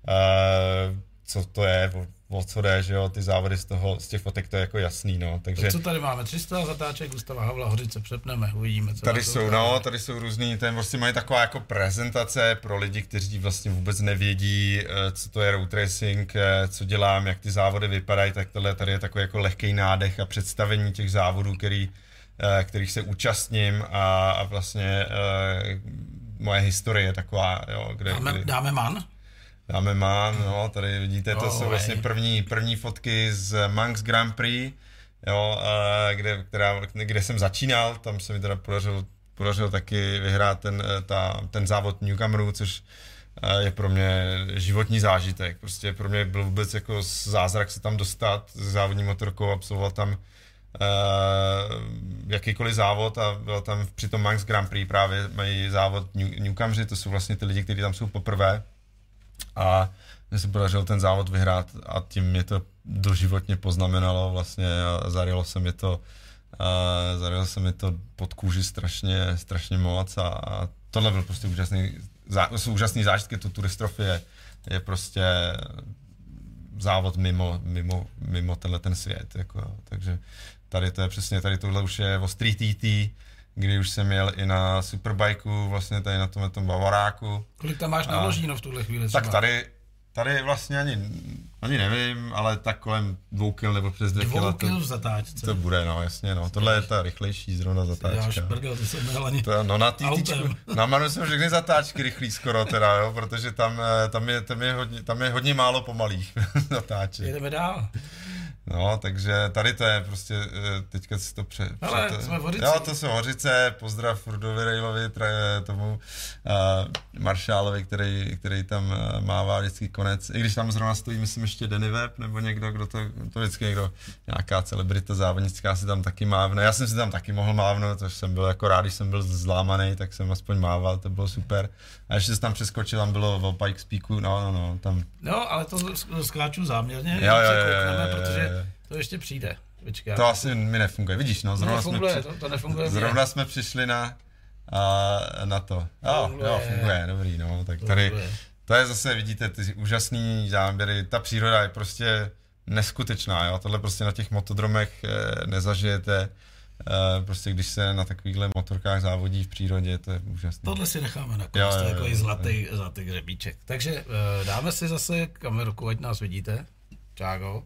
co to je, o, o co jde, že jo, ty závody z toho, z těch fotek to je jako jasný, no, takže... To, co tady máme, tři sta zatáček Gustava Havla, Hořice přepneme, uvidíme, co tady jsou, no, tady jsou různý, ten vlastně mají taková jako prezentace pro lidi, kteří vlastně vůbec nevědí, co to je road racing, co dělám, jak ty závody vypadají, tak tohle tady je takový jako lehký nádech a představení těch závodů, který, kterých se účastním a, a vlastně moje historie je taková, jo, kde... Dáme, kdy... dáme man? Dáme man, no, tady vidíte, to oh, jsou vlastně první, první fotky z Manx Grand Prix, jo, kde, která, kde jsem začínal, tam se mi teda podařilo, podařilo taky vyhrát ten, ta, ten závod Newcomerů, což je pro mě životní zážitek, prostě pro mě byl vůbec jako zázrak se tam dostat s závodní motorkou, absolvovat tam uh, jakýkoliv závod a byl tam při tom Manx Grand Prix právě mají závod New, Newcomeři, to jsou vlastně ty lidi, kteří tam jsou poprvé. A mně se podařilo ten závod vyhrát a tím mě to doživotně poznamenalo vlastně a zarylo se mi to, a zarylo se mi to pod kůži strašně, strašně moc a, a tohle byl prostě úžasný, zá, jsou úžasný zážitky, to Turistrof je, je prostě závod mimo, mimo, mimo tenhle ten svět, jako, takže tady to je přesně, tady tohle už je o Street E T, kdy už jsem jel i na Superbikeu, vlastně tady na tomhle tom Bavaráku. Kolik tam máš naloženo v tuhle chvíli třeba? Tak tady, tady vlastně ani, ani nevím, ale tak kolem dvou kil nebo přes dvě kila. Dvou kil v zatáčce. To bude, no jasně, no. Tohle je ta rychlejší zrovna zatáčka. Já šprdel, to jsem měl ani to, no na týtičku, na Manu jsem všechny zatáčky rychlý skoro teda, jo, protože tam, tam, je, tam, je, hodně, tam je hodně málo pomalých zatáček. Jedeme dál. No, takže tady to je prostě, teďka si to pře... Ale pře jsme v Hořici. Jo, to jsou Hořice, pozdrav Furdovi Rejlovi, tomu uh, maršálovi, který, který tam uh, mává vždycky konec, i když tam zrovna stojí, myslím, ještě Danny Webb, nebo někdo, kdo to, to vždycky někdo, nějaká celebrita závodnická si tam taky mávne. Já jsem si tam taky mohl mávnout, což jsem byl jako rád, když jsem byl zlámaný, tak jsem aspoň mával, to bylo super. A ještě jsem tam přeskočil, tam bylo o Pikes Peaku, no, no, no, tam. No, ale to skáču záměrně, jo, jo, jo, koukneme, jo, jo, protože jo. to ještě přijde. Počkej, to asi mi nefunguje, vidíš, no, zrovna, nefunguje, jsme, to, to nefunguje zrovna jsme přišli na, a, na to. Jo, funguje. jo, funguje, dobrý, no, tak tady, funguje. To je zase, vidíte, ty úžasný záběry, ta příroda je prostě neskutečná, jo, tohle prostě na těch motodromech e, nezažijete, e, prostě když se na takovýchhle motorkách závodí v přírodě, to je úžasné. Tohle si necháme nakonec, to je takový zlatý, zlatý hřebíček. Takže e, dáme si zase kameru, ať nás vidíte, čágo.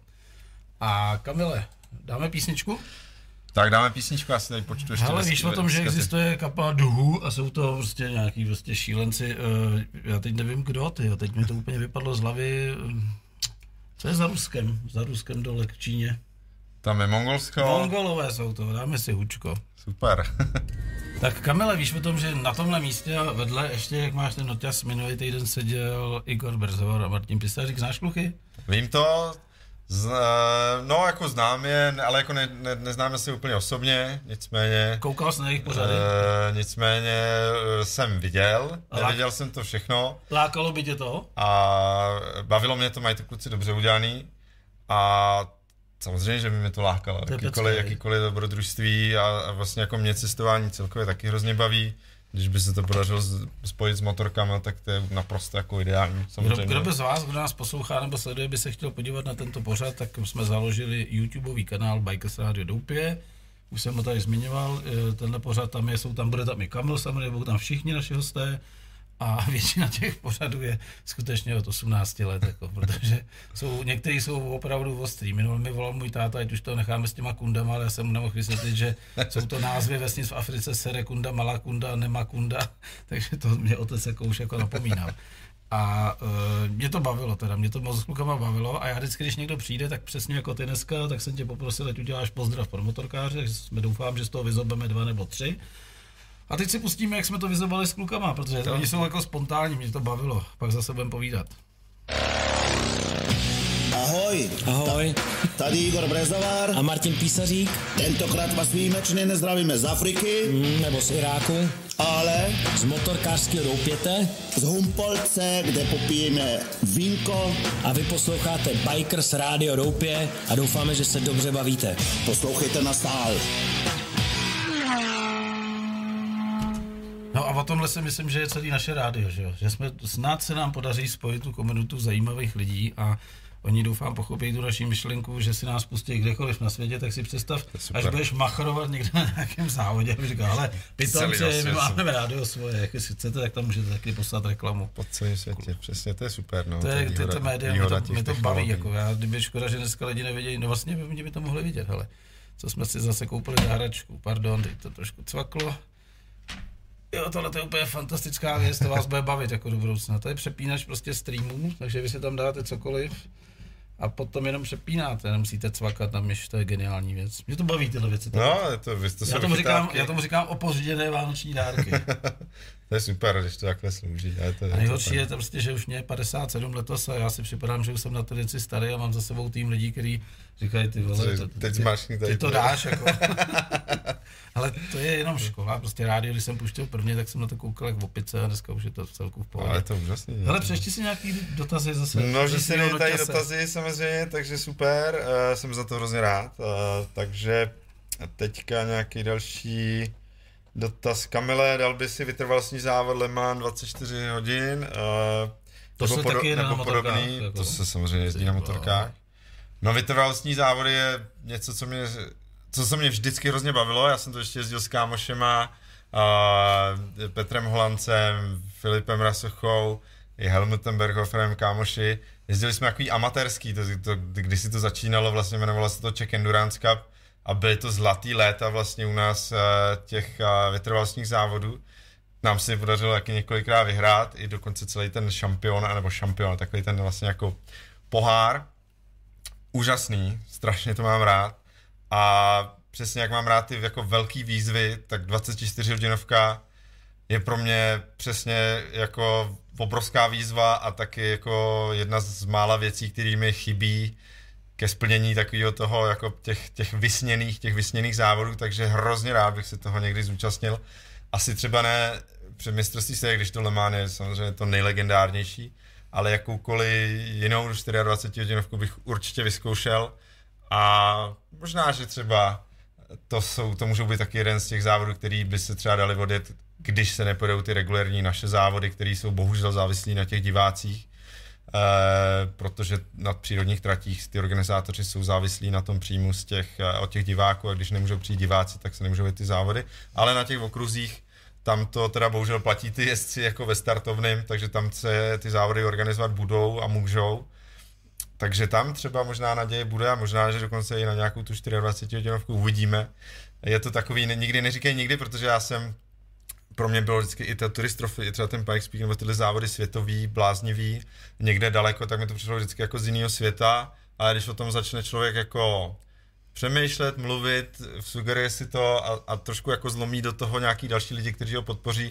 A Kamile, dáme písničku? Tak dáme písničku, já si tady počtu ještě. Ale víš o tom, že existuje kapela Duhu a jsou to prostě nějaký prostě šílenci, uh, já teď nevím kdo, ty, teď mi to úplně vypadlo z hlavy, co je za Ruskem, za Ruskem dole k Číně? Tam je Mongolsko. Mongolové jsou to, dáme si hučko. Super. Tak Kamile, víš o tom, že na tomhle místě a vedle ještě, jak máš ten noťaz, minulý týden seděl Igor Berzor a Martin Pistařík, znáš kluky? Vím to. Z, no, jako znám je, ale jako ne, ne, neznáme se úplně osobně, nicméně... Koukal jsi na jejich pořady? Uh, nicméně uh, jsem viděl, neviděl jsem to všechno. Lákalo by tě to? A bavilo mě to, mají to kluci dobře udělaný. A samozřejmě, že by mě to lákalo. To jakýkoliv, jakýkoliv dobrodružství a, a vlastně jako mě cestování celkově taky hrozně baví. Když by se to podařilo spojit s motorkama, tak to je naprosto jako ideální. Kdo, kdo by z vás, kdo nás poslouchá nebo sleduje, by se chtěl podívat na tento pořad, tak jsme založili YouTubeový kanál Bikers Radio Doupě. Už jsem ho tady zmiňoval, tenhle pořad tam je, jsou tam, bude tam i Kamil, samozřejmě budou tam všichni naši hosté a většina těch pořadů je skutečně od osmnácti let, jako, protože jsou, některý jsou opravdu ostrý. Minul mi volal můj táta, ať už to necháme s těma kundama, ale já jsem mu nemohl vysvětlit, že jsou to názvy vesnic v Africe, Sere kunda, Malá kunda, Nema kunda, takže to mě otec jako už jako napomínal. A e, mě to bavilo teda, mě to moc s klukama bavilo a já vždycky, když někdo přijde, tak přesně jako ty dneska, tak jsem tě poprosil, ať uděláš pozdrav pro motorkáře, takže jsme doufám, že z toho vyzobeme dva nebo tři. A teď si pustíme, jak jsme to vyzobali s klukama, protože to. Oni jsou jako spontánní, mě to bavilo, pak zase budeme povídat. Ahoj. Ahoj. Ta, tady Igor Brezovár. A Martin Písařík. Tentokrát vás výjimečně nezdravíme z Afriky. Mm, nebo z Iráku. Ale z motorkářského Doupěte. Z Humpolce, kde popijeme vínko. A vy posloucháte Bikers Radio Doupě a doufáme, že se dobře bavíte. Poslouchejte na stál. No a o tomhle si myslím, že je celý naše rádio, že jo? Že jsme, snad se nám podaří spojit tu komunitu zajímavých lidí a oni doufám pochopí tu naši myšlenku, že si nás pustí kdekoliv na světě, tak si představ, až budeš machrovat někde na nějakém závodě, a říká, ale pitomci, my máme rádio svoje, jak si chcete, tak tam můžete taky poslat reklamu. Po celém světě, přesně, to je super, no. To je, to, to média, mě to, mě to baví, jako já, kdyby škoda, že dneska lidi nevědějí, no vlastně by, by to mohli vidět, hele, co jsme si zase koupili za hračku, pardon, teď to trošku cvaklo. Jo, tohle je úplně fantastická věc, to vás bude bavit jako do budoucna. To je přepínač prostě streamů, takže vy si tam dáte cokoliv a potom jenom přepínáte, nemusíte cvakat na myš, to je geniální věc. Mě to baví tyhle věci. No, to, vy to já, tomu říkám, já tomu říkám opožděné vánoční dárky. To je super, když to takhle slouží. To, a nejhorší je to prostě, že už mě je padesát sedm letos a já si připadám, že už jsem na ty věci starý a mám za sebou tým lidí, kteří říkají, ty vole, to, teď ty, máš ty to dáš, jako. Ale to je jenom škola, prostě rádio, když jsem puštěl prvně, tak jsem na to koukal jak v opice a dneska už je to v celku v pohodě. Ale je to úžasný. Hele, přečti si nějaký dotazy zase. No, že si tady dotazy samozřejmě, takže super, uh, jsem za to hrozně rád. Uh, takže teďka nějaký další dotaz. Kamile, dal by si vytrvalostní závod Le Mans dvacet čtyři hodin? Uh, to se taky jde na motorkách. Jako, to se samozřejmě jezdí na motorkách. No, vytrvalostní závody je něco, co mě, co se mě vždycky hrozně bavilo. Já jsem to ještě jezdil s kámošema, uh, Petrem Holancem, Filipem Rasochou, i Helmutem Berghoferem, kámoši. Jezdili jsme takový amatérský, to, to, když si to začínalo, vlastně jmenovalo se to Czech Endurance Cup a byly to zlatý léta vlastně u nás uh, těch uh, vytrvalostních závodů. Nám se podařilo taky několikrát vyhrát, i dokonce celý ten šampion, nebo šampion, takový ten vlastně jako pohár. Úžasný, strašně to mám rád. A přesně jak mám rád ty jako velký výzvy, tak dvacet čtyři hodinovka je pro mě přesně jako obrovská výzva a taky jako jedna z mála věcí, které mi chybí ke splnění takového toho jako těch, těch vysněných, těch vysněných závodů, takže hrozně rád bych se toho někdy zúčastnil. Asi třeba ne před mistrovství světa, když to Le Mans je samozřejmě to nejlegendárnější, ale jakoukoliv jinou dvacet čtyři hodinovku bych určitě vyzkoušel a možná, že třeba to, jsou, to můžou být taky jeden z těch závodů, který by se třeba dali odjet, když se nepojedou ty regulérní naše závody, které jsou bohužel závislí na těch divácích, e, protože na přírodních tratích ty organizátoři jsou závislí na tom příjmu z těch, od těch diváků a když nemůžou přijít diváci, tak se nemůžou jít ty závody, ale na těch okruzích tam to teda bohužel platí ty jezdci jako ve startovném, takže tam se ty závody organizovat budou a můžou. Takže tam třeba možná naděje bude a možná, že dokonce i na nějakou tu dvacet čtyři hodinovku uvidíme. Je to takový, nikdy neříkej nikdy, protože já jsem, pro mě bylo vždycky i ta turistrofy, i třeba ten Pikes Peak, nebo tyhle závody světový, bláznivý, někde daleko, tak mi to přišlo vždycky jako z jiného světa, ale když o tom začne člověk jako přemýšlet, mluvit, sugeruje si to a, a trošku jako zlomí do toho nějaký další lidi, kteří ho podpoří,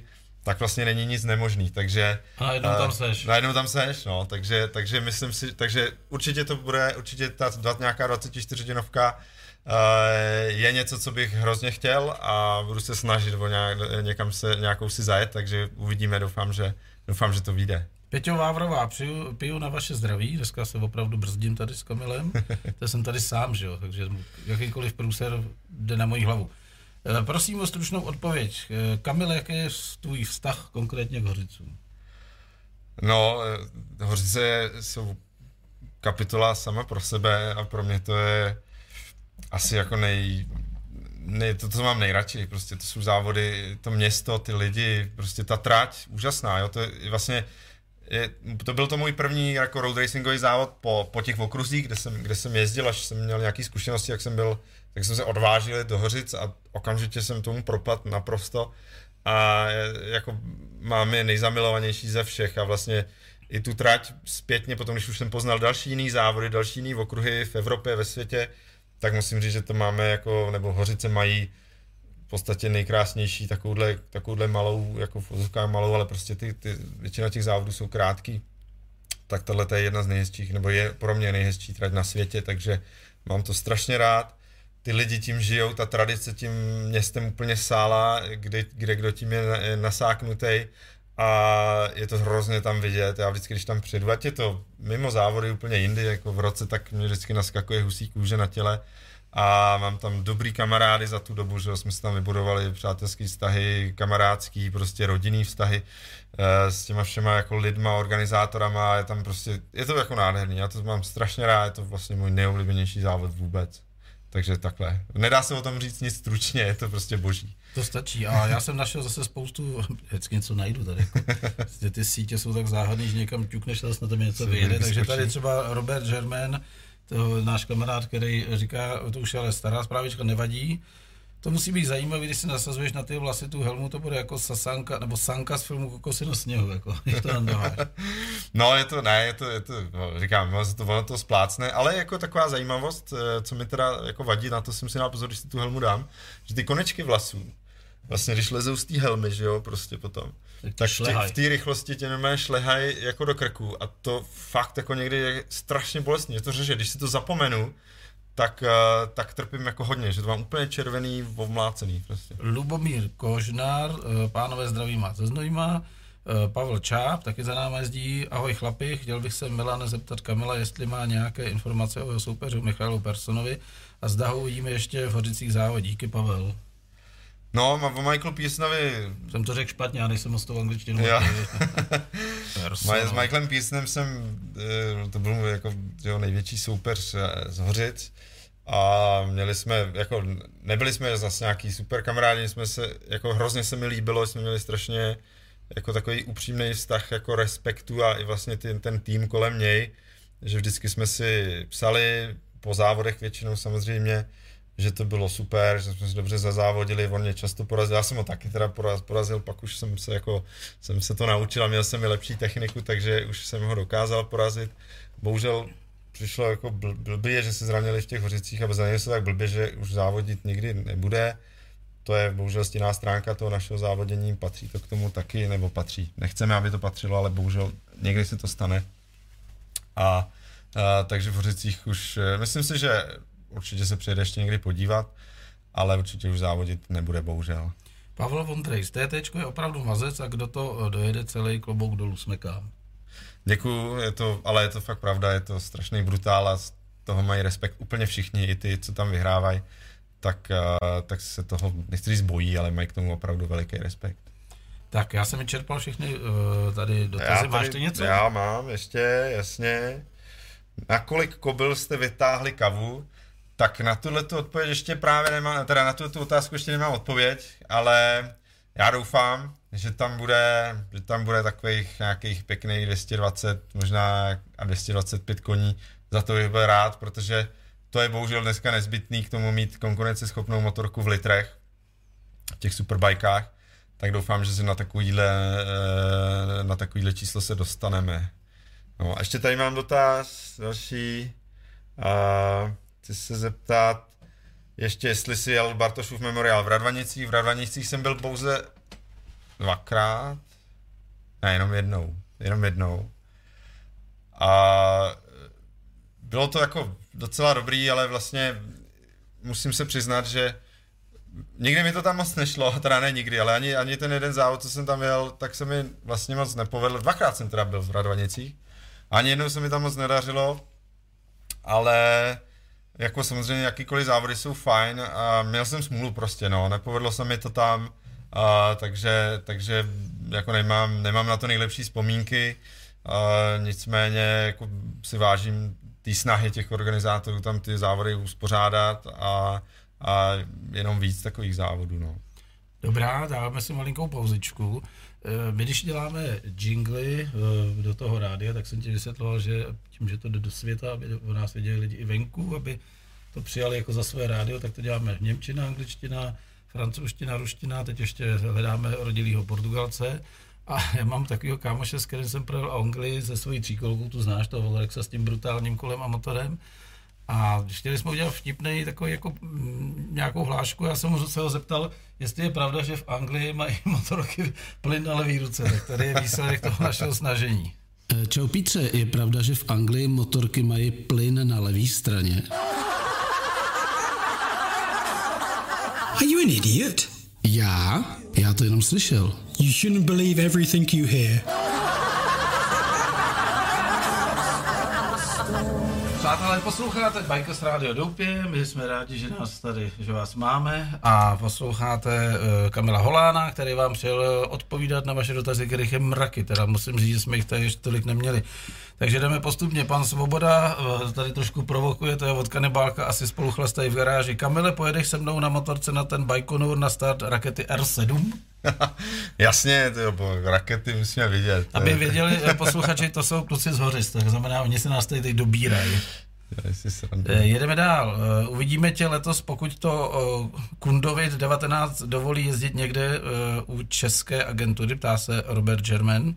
tak vlastně není nic nemožný, takže... A najednou tam seš. Najednou tam seš, no, takže, takže myslím si, takže určitě to bude, určitě ta nějaká dvacetičtyřhodinovka uh, je něco, co bych hrozně chtěl a budu se snažit o nějak, někam se, nějakou si zajet, takže uvidíme, doufám, že, doufám, že to vyjde. Peťo Vávrová, piju, piju na vaše zdraví, dneska se opravdu brzdím tady s Kamilem, to jsem tady sám, že jo, takže jakýkoliv průser jde na moji hlavu. Prosím o stručnou odpověď. Kamile, jaký je tvůj vztah konkrétně k Hořicům? No, Hořice jsou kapitola sama pro sebe a pro mě to je asi jako nej... nej to, to mám nejradši, prostě to jsou závody, to město, ty lidi, prostě ta trať, úžasná, jo, to je vlastně... Je, to byl to můj první jako road racingový závod po, po těch okruzích, kde jsem, kde jsem jezdil, až jsem měl nějaké zkušenosti, jak jsem byl, tak jsem se odvážil do Hořic a okamžitě jsem tomu propad naprosto a jako mám je nejzamilovanější ze všech a vlastně i tu trať zpětně, potom když už jsem poznal další jiný závody, další jiný okruhy v Evropě, ve světě, tak musím říct, že to máme jako, nebo Hořice mají v podstatě nejkrásnější takovouhle, takovouhle malou, jako v vozovkách malou, ale prostě ty, ty, většina těch závodů jsou krátký. Tak tohle je jedna z nejhezčích, nebo je pro mě nejhezčí trať na světě, takže mám to strašně rád. Ty lidi tím žijou, ta tradice tím městem úplně sála, kde, kde kdo tím je nasáknutý a je to hrozně tam vidět. Já vždycky, když tam přijedu, ať je to mimo závody úplně jindy, jako v roce, tak mě vždycky naskakuje husí kůže na těle. A mám tam dobrý kamarády za tu dobu, že jsme se tam vybudovali přátelský vztahy, kamarádský, prostě rodinný vztahy e, s těma všema jako lidma, organizátorama, je tam prostě, je to jako nádherný, já to mám strašně rád, je to vlastně můj nejoblíbenější závod vůbec. Takže takhle. Nedá se o tom říct nic stručně, je to prostě boží. To stačí. A já jsem našel zase spoustu, vždycky něco najdu tady. Jako. Ty sítě jsou tak záhadný, že někam ťukneš a na tebe něco vyjede. Takže tady třeba Robert Germain, to náš kamarád, který říká, to už je ale stará zprávička, nevadí. To musí být zajímavé, když si nasazuješ na ty vlasy tu helmu, to bude jako sasanka, nebo sanka z filmu Kokosy na sněhu, jako, jak to nandáváš. No, je to, ne, je to, je to, no, říkám, ono to, ono to splácne, ale jako taková zajímavost, co mi teda jako vadí, na to jsem si dal pozor, když si tu helmu dám, že ty konečky vlasů, vlastně když lezou z té helmy, že jo, prostě potom, tak tě, v té rychlosti tě normálně šlehají jako do krku a to fakt jako někdy je strašně bolestný, je to řeže, když si to zapomenu, tak, tak trpím jako hodně, že to mám úplně červený, omlácený prostě. Lubomír Kožnár, pánové zdraví má ze Znojma, Pavel Čáp, taky za náma jezdí, ahoj chlapi, chtěl bych se Milana zeptat Kamila, jestli má nějaké informace o jeho soupeři Michailu Personovi a zda ho uvidíme ještě v Hořicích závodě. Díky, Pavel. No, o Michaelu Pearsonovi... Jsem to řekl špatně, já nejsem moc toho angličtinu. S Michaelem Pearsonem jsem, to byl můj jako, jo, největší soupeř z Hořic a měli jsme, jako, nebyli jsme zase nějaký super kamarádi, jsme se, jako hrozně se mi líbilo, jsme měli strašně jako takový upřímný vztah, jako respektu a i vlastně ten, ten tým kolem něj, že vždycky jsme si psali po závodech většinou samozřejmě, že to bylo super, že jsme se dobře zazávodili, on mě často porazil, já jsem ho taky teda porazil, pak už jsem se jako, jsem se to naučil a měl jsem i lepší techniku, takže už jsem ho dokázal porazit. Bohužel přišlo jako bl- blbě, že se zranili v těch Hořicích a zranili se tak blbě, že už závodit nikdy nebude. To je bohužel stinná stránka toho našeho závodění, patří to k tomu taky, nebo patří. Nechceme, aby to patřilo, ale bohužel někdy se to stane. A, a takže v Hořicích už, myslím si, že určitě se přijede ještě někdy podívat, ale určitě už závodit nebude, bohužel. Pavel Vondrej, z TTčko je opravdu mazec a kdo to dojede, celý klobouk dolů smekám. Děkuju, je to, ale je to fakt pravda, je to strašný brutál a z toho mají respekt úplně všichni, i ty, co tam vyhrávají, tak, tak se toho, nechci říct bojí, ale mají k tomu opravdu veliký respekt. Tak já jsem vyčerpal všechny uh, tady dotazy, máš ty něco? Já mám, ještě, jasně. Na kolik kobyl jste vytáhli kavu? Tak na tuhletu odpověď ještě právě nemám, teda na tuhletu otázku ještě nemám odpověď, ale já doufám, že tam bude, že tam bude takových nějakých pěkných dvě stě dvacet, možná a dvě stě dvacet pět koní, za to bych byl rád, protože to je bohužel dneska nezbytný k tomu mít konkurenceschopnou motorku v litrech, v těch superbajkách, tak doufám, že se na takovýhle, na takovýhle číslo se dostaneme. No a ještě tady mám dotaz, další, a chci se zeptat, ještě jestli si jel Bartošův memoriál v Radvanicích, v Radvanicích jsem byl pouze dvakrát, ne, jenom jednou, jenom jednou. A bylo to jako docela dobrý, ale vlastně musím se přiznat, že nikdy mi to tam moc nešlo, teda ne nikdy, ale ani, ani ten jeden závod, co jsem tam jel, tak se mi vlastně moc nepovedl. Dvakrát jsem teda byl v Radvanicích, ani jednou se mi tam moc nedařilo, ale jako samozřejmě jakýkoliv závody jsou fajn a měl jsem smůlu prostě, no, nepovedlo se mi to tam, a, takže, takže jako nemám, nemám na to nejlepší vzpomínky, a, nicméně jako si vážím té snahy těch organizátorů tam ty závody uspořádat a, a jenom víc takových závodů, no. Dobrá, dáme si malinkou pauzičku. My když děláme jingly do toho rádia, tak jsem ti vysvětloval, že tím, že to jde do světa, aby o nás věděli lidi i venku, aby to přijali jako za své rádio, tak to děláme němčina, angličtina, francouzština, ruština, teď ještě hledáme rodilýho Portugalce. A já mám takového kámoše, s kterým jsem projel Anglii se svojí tříkolkou, tu znáš, toho Valerexa s tím brutálním kolem a motorem. A chtěli jsme udělat vtipnej takový jako m, nějakou hlášku, já jsem mu se ho zeptal, jestli je pravda, že v Anglii mají motorky plyn na levý ruce, tak tady je výsledek toho našeho snažení. Čau Pítře, je pravda, že v Anglii motorky mají plyn na levé straně? Are you an idiot? Já? Já to jenom slyšel. You shouldn't believe everything you hear. Přátelé, posloucháte Bikers Radio Doupě, my jsme rádi, že nás tady, že vás máme a posloucháte uh, Kamila Holána, který vám přijel odpovídat na vaše dotazy, kterých je mraky, teda musím říct, že jsme jich tady ještě tolik neměli. Takže jdeme postupně, pan Svoboda uh, tady trošku provokuje, to je od Kanibálka, asi spolu chlastají v garáži. Kamile, pojedeš se mnou na motorce na ten Baikonur na start rakety R sedm? Jasně, tyjo, rakety musíme vidět. Aby věděli posluchači, to jsou kluci z Hořic, tak znamená, oni se nás tady teď dobírají. Jedeme dál. Uvidíme tě letos, pokud to Kundovit devatenáct dovolí jezdit někde u české agentury, ptá se Robert German.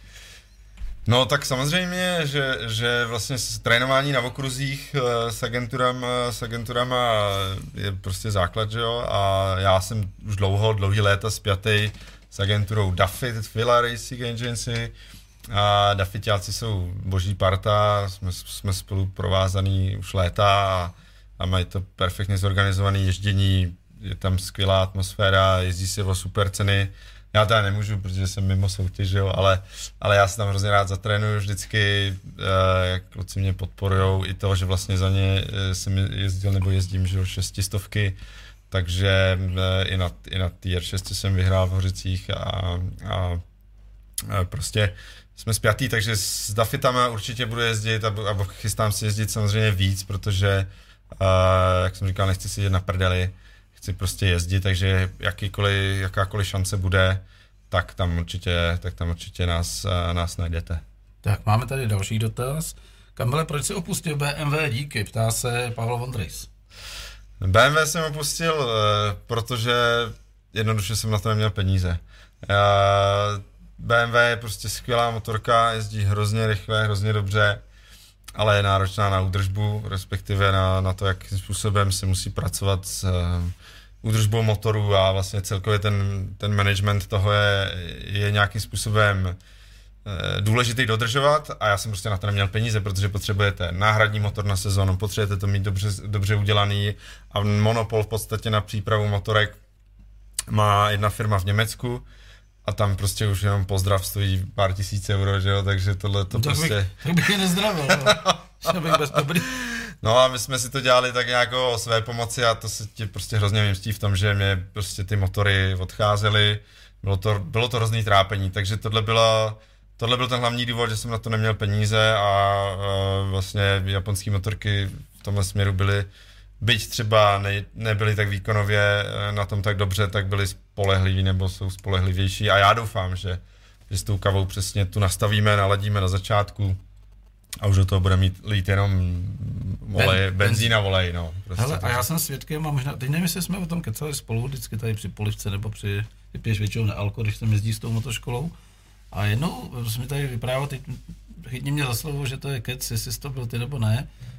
No tak samozřejmě, že, že vlastně trénování na okruzích s agenturama, s agenturama je prostě základ, že jo, a já jsem už dlouho, dlouhý léta spjatý s agenturou Duffy, Villa Racing Agency, a Duffyťáci jsou boží parta, jsme, jsme spolu provázaný už léta a, a mají to perfektně zorganizované ježdění, je tam skvělá atmosféra, jezdí se o super ceny. Já teda nemůžu, protože jsem mimo soutěž, jo, ale, ale já se tam hrozně rád zatrénuju vždycky, jak kluci mě podporujou, i to, že vlastně za ně jsem jezdil nebo jezdím, že jo, šestistovky, takže i na, i na T R šest jsem vyhrál v Hořicích a, a, a prostě jsme spjatý, takže s Duffytama určitě budu jezdit a, a chystám si jezdit samozřejmě víc, protože, a, jak jsem říkal, nechci si jít na prdeli, chci prostě jezdit, takže jakýkoliv, jakákoliv šance bude, tak tam určitě, tak tam určitě nás, nás najdete. Tak máme tady další dotaz. Kamile, proč jsi opustil B M W? Díky, ptá se Pavel Vondrejs. B M W jsem opustil, protože jednoduše jsem na to neměl peníze. B M W je prostě skvělá motorka, jezdí hrozně rychle, hrozně dobře, ale je náročná na údržbu, respektive na, na to, jakým způsobem se musí pracovat s uh, údržbou motoru a vlastně celkově ten, ten management toho je, je nějakým způsobem uh, důležitý dodržovat a já jsem prostě na to neměl peníze, protože potřebujete náhradní motor na sezónu, potřebujete to mít dobře, dobře udělaný a monopol v podstatě na přípravu motorek má jedna firma v Německu. A tam prostě už jenom pozdrav stojí pár tisíc euro, že jo, takže tohle to no, tak prostě... Bych, tak bych je nezdravil, no. bych bez dobrý. No a my jsme si to dělali tak nějak o své pomoci a to se ti prostě hrozně vymstí v tom, že mě prostě ty motory odcházely, bylo to, bylo to hrozný trápení, takže tohle bylo, tohle byl ten hlavní důvod, že jsem na to neměl peníze a, a vlastně japonské motorky v tomhle směru byly, byť třeba ne, nebyly tak výkonově na tom tak dobře, tak byly spolehliví nebo jsou spolehlivější a já doufám, že, že s tou kavou přesně tu nastavíme, naladíme na začátku a už do toho bude mít lít jenom olej, ben, benzín a olej, no. Prostě. Hele, a já jsem svědkem a možná, teď nevím, jestli jsme o tom kecali spolu vždycky tady při polivce nebo při, ty piješ většinou na alko, když jsem jezdí s tou motoškolou a jednou jsme tady vyprávěl, teď chytni mě za slovo, že to je kec, jestli jsi to byl ty nebo ne,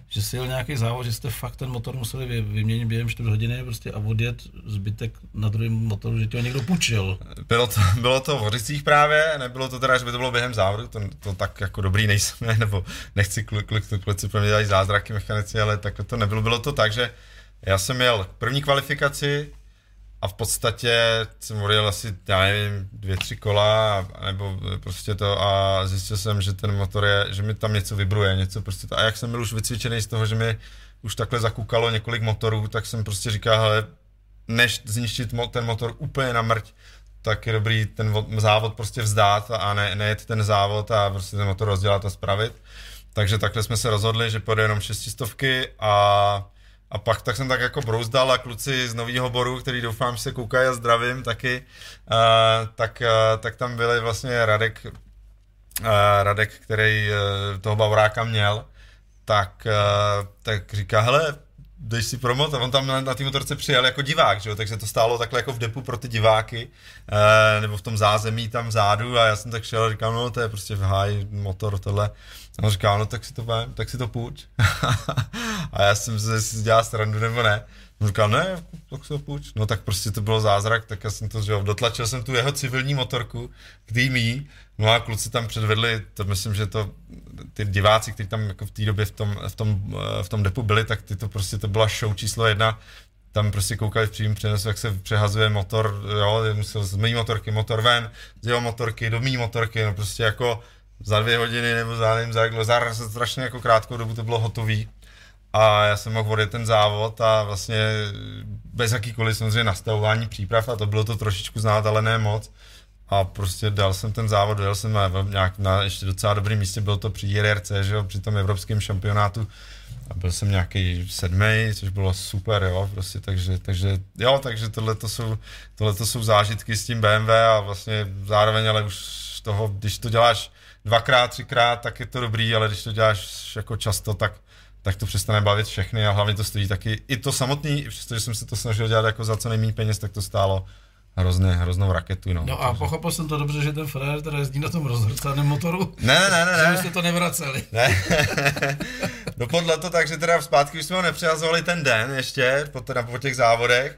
že si jel nějaký závod, že jste fakt ten motor museli vy, vyměnit během čtvrt hodiny prostě a odjet zbytek na druhém motoru, že ti ho někdo půjčil. Bylo to, bylo to v Hořicích právě, nebylo to teda, že by to bylo během závodu, to, to tak jako dobrý nejsme, nebo nechci kluci pro mě dělají zázraky mechanici, ale tak to nebylo. Bylo to tak, že já jsem jel první kvalifikaci a v podstatě jsem odjel asi, já nevím, dvě, tři kola, nebo prostě to a zjistil jsem, že ten motor je, že mi tam něco vibruje, něco prostě to. A jak jsem byl už vycvičený z toho, že mi už takhle zakukalo několik motorů, tak jsem prostě říkal, hele, než zničit mo- ten motor úplně na mrť, tak je dobrý ten vo- závod prostě vzdát a ne, nejet ten závod a prostě ten motor rozdělat a spravit. Takže takhle jsme se rozhodli, že pojede jenom šestistovky a A pak tak jsem tak jako brouzdal a kluci z Nového Boru, který doufám, že se koukají a zdravím taky, uh, tak, uh, tak tam byli vlastně Radek, uh, Radek, který uh, toho Bavoráka měl, tak, uh, tak říká, hele, jdeš si promot a on tam na, na té motorce přijel jako divák, že jo? Takže to stálo takhle jako v depu pro ty diváky, uh, nebo v tom zázemí tam vzadu a já jsem tak šel a říkal, no to je prostě v háji motor tohle. A on říkal, no tak si to vem, tak si to půjč. A já jsem se si dělal srandu, nebo ne. On říkal, ne, tak si to půjč. No tak prostě to bylo zázrak, tak já jsem to, že jo, dotlačil jsem tu jeho civilní motorku k té mý. No a kluci tam předvedli, to myslím, že to, ty diváci, kteří tam jako v té době v tom, v, tom, v tom depu byli, tak ty to prostě, to byla show číslo jedna. Tam prostě koukali v přímém přenosu, jak se přehazuje motor, jo, musel z mý motorky motor ven, z jeho motorky do mý motorky, no prostě jako za dvě hodiny nebo za nevím, za, jak, za strašně jako krátkou dobu to bylo hotový. A já jsem mohl odjet ten závod a vlastně bez jakýkoliv samozřejmě nastavování příprav a to bylo to trošičku znát, ale ne moc. A prostě dal jsem ten závod, dojel jsem na, nějak na ještě docela dobrém místě, bylo to při R R C, že jo, při tom evropském šampionátu. A byl jsem nějaký sedmý, což bylo super, jo, prostě, takže, takže, jo, takže tohleto jsou, tohleto jsou zážitky s tím B M W a vlastně zároveň, ale už toho, když to děláš dvakrát, třikrát, tak je to dobrý, ale když to děláš jako často, tak, tak to přestane bavit všechny a hlavně to stojí taky, i to samotný, přestože jsem se to snažil dělat jako za co nejméně peněz, tak to stálo hrozně, hroznou raketu, no. No a takže pochopil jsem to dobře, že ten frajer teda jezdí na tom rozhrcaném motoru. Ne, ne, ne, ne. Že jste to nevraceli. Ne. Dopadlo to tak, že teda zpátky už jsme ho nepřehazovali ten den ještě, po, teda po těch závodech,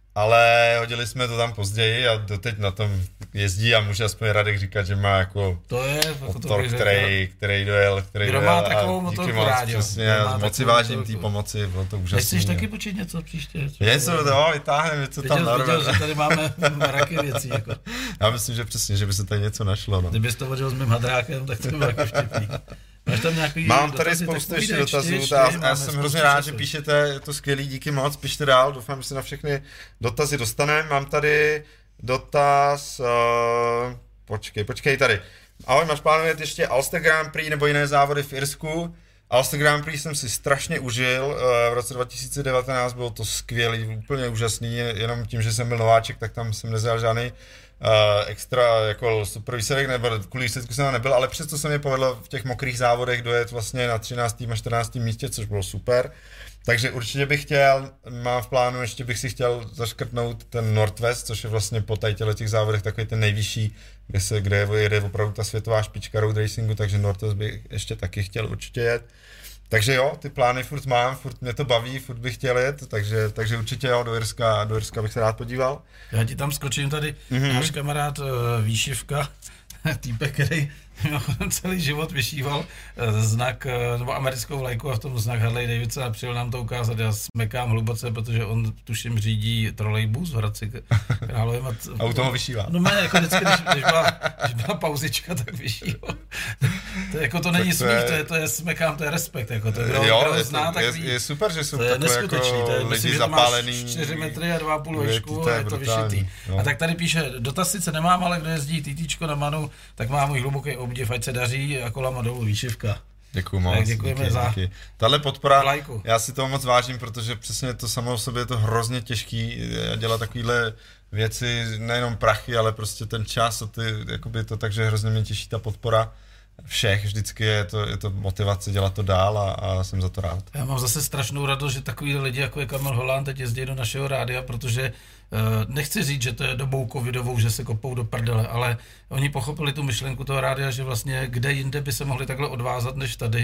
ale hodili jsme to tam později a doteď na tom jezdí a může aspoň Radek říkat, že má jako to je, motor, to který, který dojel, který kdo dojel má takovou motorku moc, rád, přesně, moc si vážím té pomoci, bylo to úžasné. Nechceš taky počít něco příště? Něco, no, vytáhneme něco tam na viděl, že tady máme mraky věcí, jako. Já myslím, že přesně, že by se tady něco našlo, no. Kdybys to vodil s mým hadrákem, tak to by bylo jako štěpný. Máš tam nějaký Mám tady dotazy, spoustu ještě dotazů, já, já jsem hrozně rád, že píšete, je to skvělý, díky moc, pište dál, doufám, že se na všechny dotazy dostaneme. Mám tady dotaz, uh, počkej, počkej tady. Ahoj, máš plánovat ještě Ulster Grand Prix nebo jiné závody v Irsku? Ulster Grand Prix jsem si strašně užil, uh, v roce dva tisíce devatenáct bylo to skvělý, úplně úžasný, jenom tím, že jsem byl nováček, tak tam jsem nezjel žádný Uh, extra jako super výsledek, nebo kvůli výsledku jsem nebyl, ale přesto se mi povedlo v těch mokrých závodech dojet vlastně na třináctém a čtrnáctém místě, což bylo super. Takže určitě bych chtěl, mám v plánu, ještě bych si chtěl zaškrtnout ten Northwest, což je vlastně po tady těch závodech takový ten nejvyšší, kde se kde jede opravdu ta světová špička road racingu, takže Northwest bych ještě taky chtěl určitě jet. Takže jo, ty plány furt mám, furt mě to baví, furt bych chtěl jet, takže, takže určitě jo, do Irska, do Irska bych se rád podíval. Já ti tam skočím tady, mm-hmm. náš kamarád uh, Výšivka, týpek, který celý život vyšíval uh, znak, uh, nebo americkou vlajku a v tom znak Harley Davidson a přijel nám to ukázat, já smekám hluboce, protože on tuším řídí trolejbus v Hradci Králové. A u toho vyšívá. No ne, jako vždycky, když, když, byla, když byla pauzička, tak vyšíval. To, jako to není to smích, je... to je, to je smekám, to je respekt, jako to, kdo, jo, kdo je, zná, to, je, ví. Je super, že jsou to takové jako to je, lidi myslím, zapálený. čtyři metry a dva a půl výšku to a je to vyšitý. No. A tak tady píše, dotaz sice nemám, ale kdo jezdí TTčko na Manu, tak má můj hluboký obdiv, ať se daří a kolama dolů Výšivka. Děkuju moc. Tak děkujeme díky, za díky. Tahle podpora, lajku. Já si toho moc vážím, protože přesně to samo o sobě je to hrozně těžký dělat takovýhle věci, nejenom prachy, ale prostě ten čas a ty, jakoby to takže hrozně mě těší ta podpora všech, vždycky je to, je to motivace dělat to dál a, a jsem za to rád. Já mám zase strašnou radost, že takový lidi jako je Kamil Holland teď jezdí do našeho rádia, protože uh, nechci říct, že to je dobou covidovou, že se kopou do prdele, ale oni pochopili tu myšlenku toho rádia, že vlastně kde jinde by se mohli takhle odvázat než tady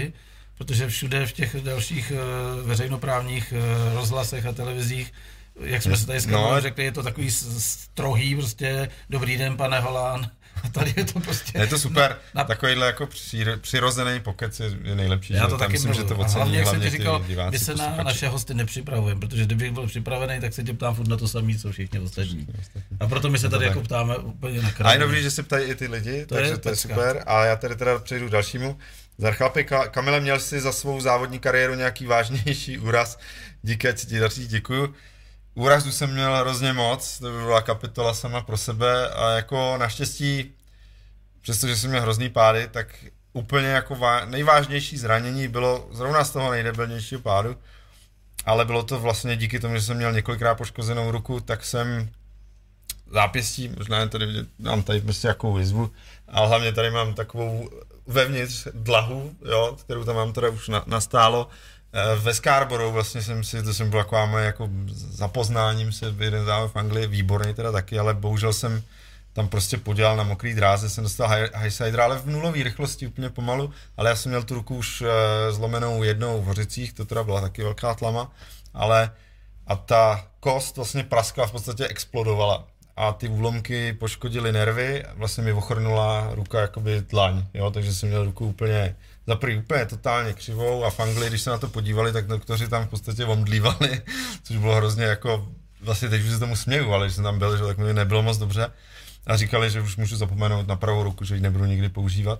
protože všude v těch dalších uh, veřejnoprávních uh, rozhlasech a televizích, jak jsme se tady s Karlem no, řekli, je to takový strohý, prostě dobrý den, pane Holán. A tady je to prostě... Je to super, na, na... takovýhle jako při, přirozený pokec je, je nejlepší. Já to taky myslím, že to ocení, hlavně, jak jsem ti říkal, my se na naše hosty nepřipravujeme, protože kdybych byl připravený, tak se tě ptám furt na to samý, co všichni ostatní. A proto my se tady jako ptáme úplně na kraju. A je dobrý, že se ptají i ty lidi, to takže je to je super. A já tady teda přejdu k dalšímu. Zdar chlapi, Kamile, měl jsi za svou závodní kariéru nějaký vážnější úraz? Díky, ať si ti daří, děkuju. Úrazů jsem měl hrozně moc, to by byla kapitola sama pro sebe a jako naštěstí, přestože jsem měl hrozný pády, tak úplně jako vá- nejvážnější zranění bylo zrovna z toho nejdebilnějšího pádu, ale bylo to vlastně díky tomu, že jsem měl několikrát poškozenou ruku, tak jsem zápěstí, možná jen tady vidět, mám tady prostě jakou výzvu, ale hlavně tady mám takovou vevnitř dlahu, jo, kterou tam mám teda už na, nastálo. Ve Scarborough vlastně jsem si, to jsem byl taková moje jako zapoznáním se jeden závod v Anglii, výborný teda taky, ale bohužel jsem tam prostě podělal na mokrý dráze, jsem dostal highsider, ale v nulové rychlosti úplně pomalu, ale já jsem měl tu ruku už zlomenou jednou v Hořicích, to teda byla taky velká tlama, ale a ta kost vlastně praskla, v podstatě explodovala a ty úlomky poškodily nervy, vlastně mi ochrnula ruka jakoby tlaň, jo, takže jsem měl ruku úplně za prvý úplně totálně křivou a v Anglii, když se na to podívali, tak doktoři tam v podstatě omdlívali, což bylo hrozně jako, vlastně teď už se tomu směju, ale když jsem tam byl, že tak mi nebylo moc dobře a říkali, že už můžu zapomenout na pravou ruku, že ji nebudu nikdy používat.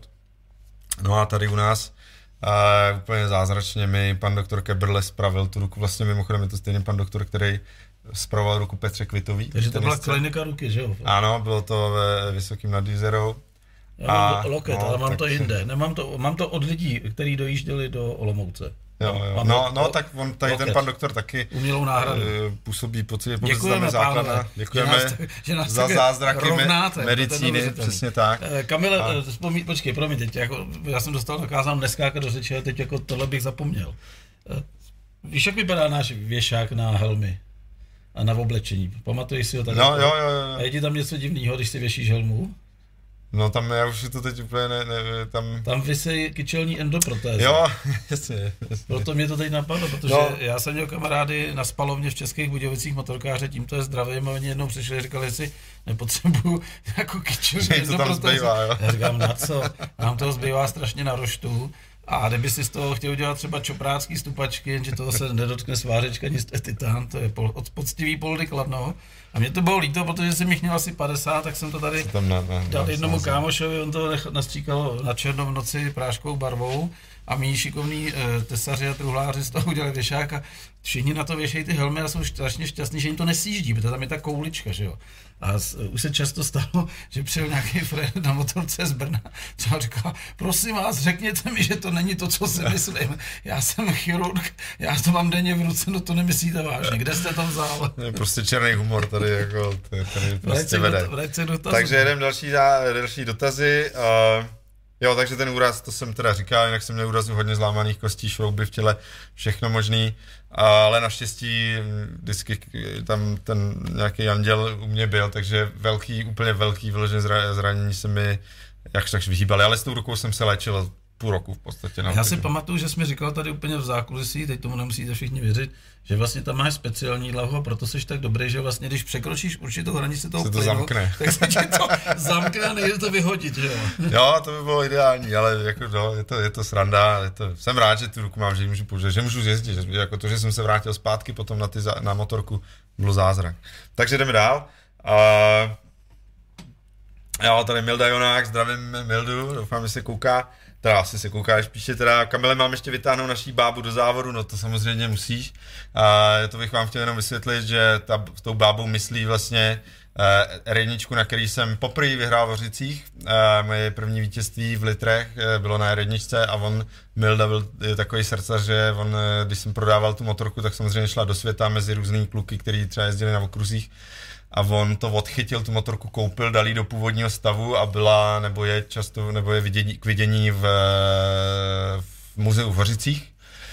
No a tady u nás uh, úplně zázračně mi pan doktor Keberle spravil tu ruku, vlastně mimochodem je to stejný pan doktor, který spravoval ruku Petře Kvitový. Takže to byla klinika ruky, že jo? Ano, bylo to ve Vysokým nad Jizerou. Já mám loket, no, ale mám tak... to jinde. Nemám to, mám to od lidí, kteří dojížděli do Olomouce. Jo, jo. No, no, tak on tady loket. Ten pan doktor taky umělou náhradu. Působí po celé Děkujeme, základna. Děkujeme že nás, že nás za zázraky rovnáte, medicíny, přesně tak. Kamile, a... vzpomí, počkej, promiň, teď, jako, já jsem dostal nakázán neskákat do řeči, ale teď jako tohle bych zapomněl. Víš, jak vypadá náš věšák na helmy a na oblečení? Pamatuješ si ho tak? No, jo, jo, jo. A je ti tam něco divného, když si věšíš helmu? No tam já už to teď úplně ne, ne tam... Tam vysejí kyčelní endoprotézy. Jo, jasně, jasně. Proto mě to teď napadlo, protože no. Já jsem měl kamarády na spalovně v Českých Budějovicích motorkáře, tímto je zdravím, a oni jednou přišli a říkali si, nepotřebuju jako kyčelní endoprotézy. Já říkám, na co? Nám toho zbývá strašně na roštu. A kdyby si z toho chtěl udělat třeba čoprácký stupačky, jenže toho se nedotkne svářečka, nic to je titán, to je pol, od poctivý Poldy Kladno. A mě to bylo líto, protože jsem jich měl asi padesát, tak jsem to tady na, na, dal jednomu na, kámošovi, on to nastříkal na černo v noci práškou barvou a mý šikovní e, tesaři a truhláři z toho udělali věšák a všichni na to věšejí ty helmy a jsou strašně šťastní, že jim to nesjíždí, protože tam je ta koulička, že jo. A z, už se často stalo, že přijel nějaký frér na motorce z Brna, třeba říká, prosím vás, řekněte mi, že to není to, co si myslím. Já jsem chirurg, já to mám denně v ruce, no to nemyslíte vážně. Kde jste to vzal? Je prostě černý humor tady, jako, tady prostě vede. Do, Takže jedem další, další dotazy. Uh, jo, takže ten úraz, to jsem teda říkal, jinak jsem měl úrazu hodně zlámaných kostí, šrouby v těle, všechno možný. Ale naštěstí vždycky tam ten nějaký anděl u mě byl, takže velký, úplně velký vyložené zranění se mi jakž takž vyhýbaly, ale s tou rukou jsem se léčil půl roku v podstatě. Já si pamatuju, že jsi mi říkal tady úplně v zákulisí, teď tomu nemusíte všichni věřit, že vlastně tam máš speciální dlahu a proto jsi tak dobrý, že vlastně když překročíš určitou hranici toho plynu, zamkne. Tak se ti to zamkne a nejde to vyhodit, že jo? Jo, to by bylo ideální, ale jako no, je to, je to sranda, je to, jsem rád, že tu ruku mám, že ji můžu použít, že můžu jezdit, že, jako to, že jsem se vrátil zpátky potom na, ty, na motorku, byl zázrak. Takže jdeme dál. Uh, jo, tady Milda Jonák, zdravím Mildu, doufám, že se kouká. Teda asi se koukáš, píše teda, Kamile, mám ještě vytáhnout naší bábu do závodu, no to samozřejmě musíš. A to bych vám chtěl jenom vysvětlit, že ta, s tou bábou myslí vlastně R jedna, na který jsem poprvé vyhrál v Hořicích. Moje první vítězství v litrech bylo na R jedna a on, Milda, byl takový srdcař, že on, když jsem prodával tu motorku, tak samozřejmě šla do světa mezi různými kluky, kteří třeba jezdili na okruzích. A on to odchytil, tu motorku koupil, dal jí do původního stavu a byla, nebo je často, nebo je vidění, k vidění v, v muzeu v Hořicích.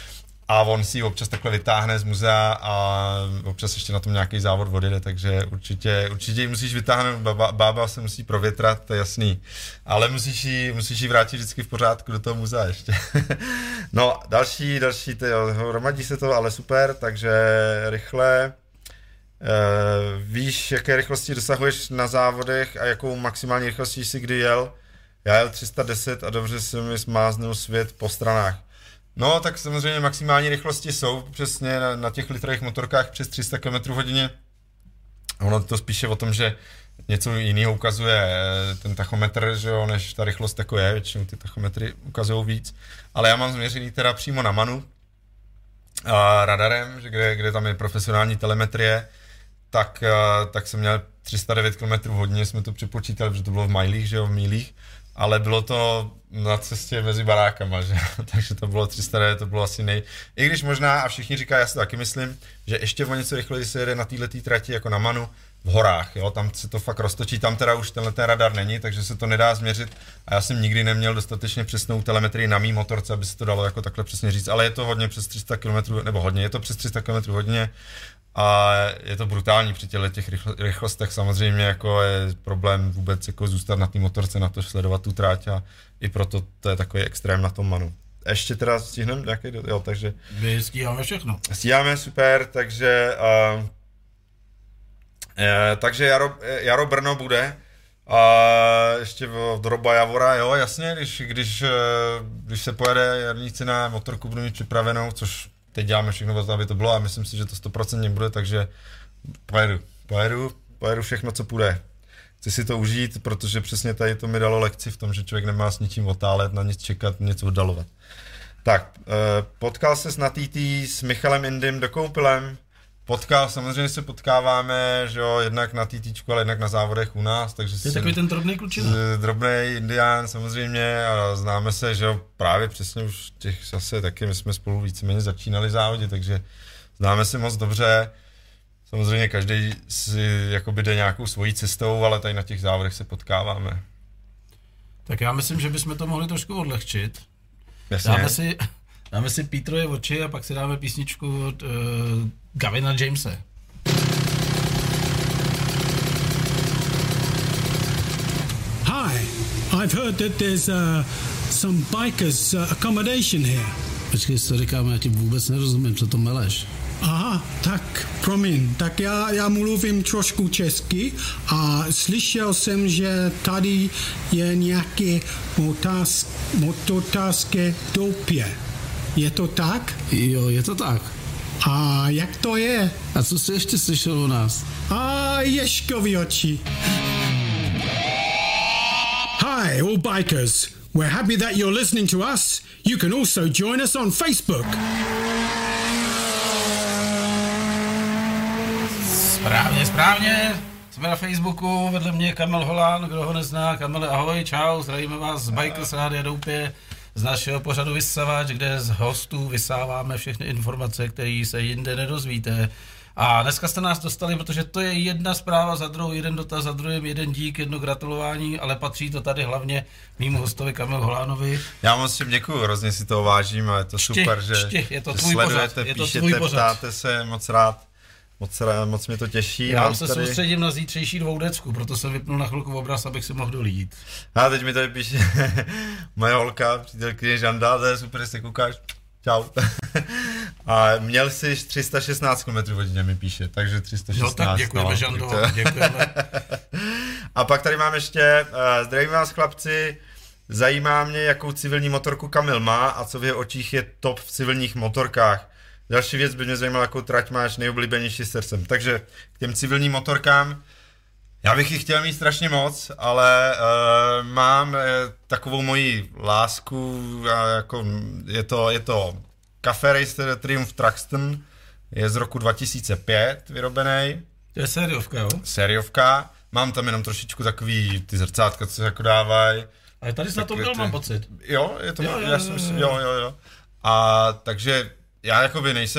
a on si ji občas takhle vytáhne z muzea a občas ještě na tom nějaký závod odjede, takže určitě, určitě ji musíš vytáhnout, bába, bába se musí provětrat, to je jasný, ale musíš ji, musíš ji vrátit vždycky v pořádku do toho muzea ještě. No, další, další, to hromadí se to, ale super, takže rychle. Uh, víš, jaké rychlosti dosahuješ na závodech a jakou maximální rychlostí jsi kdy jel? Já jel tři sta deset a dobře se mi zmáznul svět po stranách. No, tak samozřejmě maximální rychlosti jsou přesně na, na těch litrových motorkách přes tři sta kilometrů hodině. Ono to spíše o tom, že něco jiného ukazuje ten tachometr, že jo, než ta rychlost tako je, většinou ty tachometry ukazují víc. Ale já mám změřený teda přímo na manu a radarem, že kde, kde tam je profesionální telemetrie, tak, tak jsem měl tři sta devět kilometrů hodině, jsme to přepočítali, protože to bylo v milích, že jo, v mílích, ale bylo to na cestě mezi barákama, že takže to bylo tři sta devět, to bylo asi nej... I když možná, a všichni říkají, já si to taky myslím, že ještě o něco rychleji se jede na této trati jako na Manu v horách, jo, tam se to fakt roztočí, tam teda už tenhle ten radar není, takže se to nedá změřit a já jsem nikdy neměl dostatečně přesnou telemetrii na mý motorce, aby se to dalo jako takhle přesně říct, ale je to hodně přes tři sta kilometrů, nebo hodně, je to přes tři sta kilometrů hodně a je to brutální při těchto těch rychlostech, samozřejmě jako je problém vůbec jako zůstat na té motorce, na to sledovat tu tráť a i proto to je takový extrém na tom Manu. Ještě teda stihneme nějaký, jo, takže... My stíháme všechno. Stíháme, super, takže... Uh, je, takže Jaro, Jaro Brno bude a ještě v Droba Javora, jo, jasně, když, když, když se pojede jarníci na motorku, budu mít připravenou, což teď děláme všechno, aby to bylo a myslím si, že to sto procent bude, takže pojedu, pojedu, pojedu všechno, co půjde. Chci si to užít, protože přesně tady to mi dalo lekci v tom, že člověk nemá s ničím otálet, na nic čekat, něco oddalovat. Tak, potkal ses na T T s Michalem Indym do Koupilem, potkal, samozřejmě se potkáváme, že jo, jednak na TTčku, ale jednak na závodech u nás, takže... Je takový ten drobný klučina? Drobnej indián samozřejmě a známe se, že jo, právě přesně už těch zase taky, my jsme spolu víceméně začínali závodě, takže známe se moc dobře. Samozřejmě každý si jakoby jde nějakou svojí cestou, ale tady na těch závodech se potkáváme. Tak já myslím, že bychom to mohli trošku odlehčit. Jasně. Dáme si, dáme si Petroje oči a pak si dáme písničku od uh, Gavina Jamese. Hi, I've heard that there's uh, some bikers uh, accommodation here. Počkej, co říkám, já ti vůbec nerozumím, co to meleš. Aha, tak promiň, tak já, já mluvím trošku česky a slyšel jsem, že tady je nějaké motorkářské doupě. Je to tak? Jo, je to tak. A jak to je? A co jsi ještě slyšel u nás? A Ježkovi oči. Hi, all bikers. We're happy that you're listening to us. You can also join us on Facebook. Správně, správně. Jsme na Facebooku, vedle mě Kamil Holán, kdo ho nezná. Kamile, ahoj, čau, zdravíme vás z Bikers Rádia Doupě, z našeho pořadu Vysavač, kde z hostů vysáváme všechny informace, které se jinde nedozvíte. A dneska jste nás dostali, protože to je jedna zpráva za druhou, jeden dotaz za druhým, jeden dík, jedno gratulování, ale patří to tady hlavně mýmu hostovi Kamilu Holánovi. Já moc všem děkuju, hrozně si toho vážím a je to čti, super, že, čti, je to že tvůj sledujete, pořad, je to píšete, tvůj pořad. ptáte se, moc rád, moc, rád, moc mě to těší. Já Mám se tady... soustředím na zítřejší dvoudecku, proto jsem vypnul na chvilku obraz, abych si mohl dolít. A teď mi tady píše moje holka, přítelkyně Žanda, to je super, že se koukáš. Čau. A měl jsi tři sta šestnáct kilometrů hodině, mi píše, takže tři sta šestnáct. No tak děkujeme, no, Žando, děkujeme. A pak tady mám ještě, uh, zdravím vás chlapci, zajímá mě, jakou civilní motorku Kamil má a co v jeho očích je top v civilních motorkách. Další věc by mě zajímala, jakou trať máš nejoblíbenější srdcem. Takže k těm civilním motorkám, já bych jich chtěl mít strašně moc, ale uh, mám uh, takovou moji lásku, uh, jako je to, je to Cafe Racer Triumph Truxton, je z roku dva tisíce pět vyrobený. To je sériovka, jo? Sériovka, mám tam jenom trošičku takový ty zrcátka, co se jako dávají. Ale tady jsi na to byl, mám pocit. Jo, je to, jo, jo, já jo, jsem, jo, jo, jo, jo. A takže já jakoby nejsem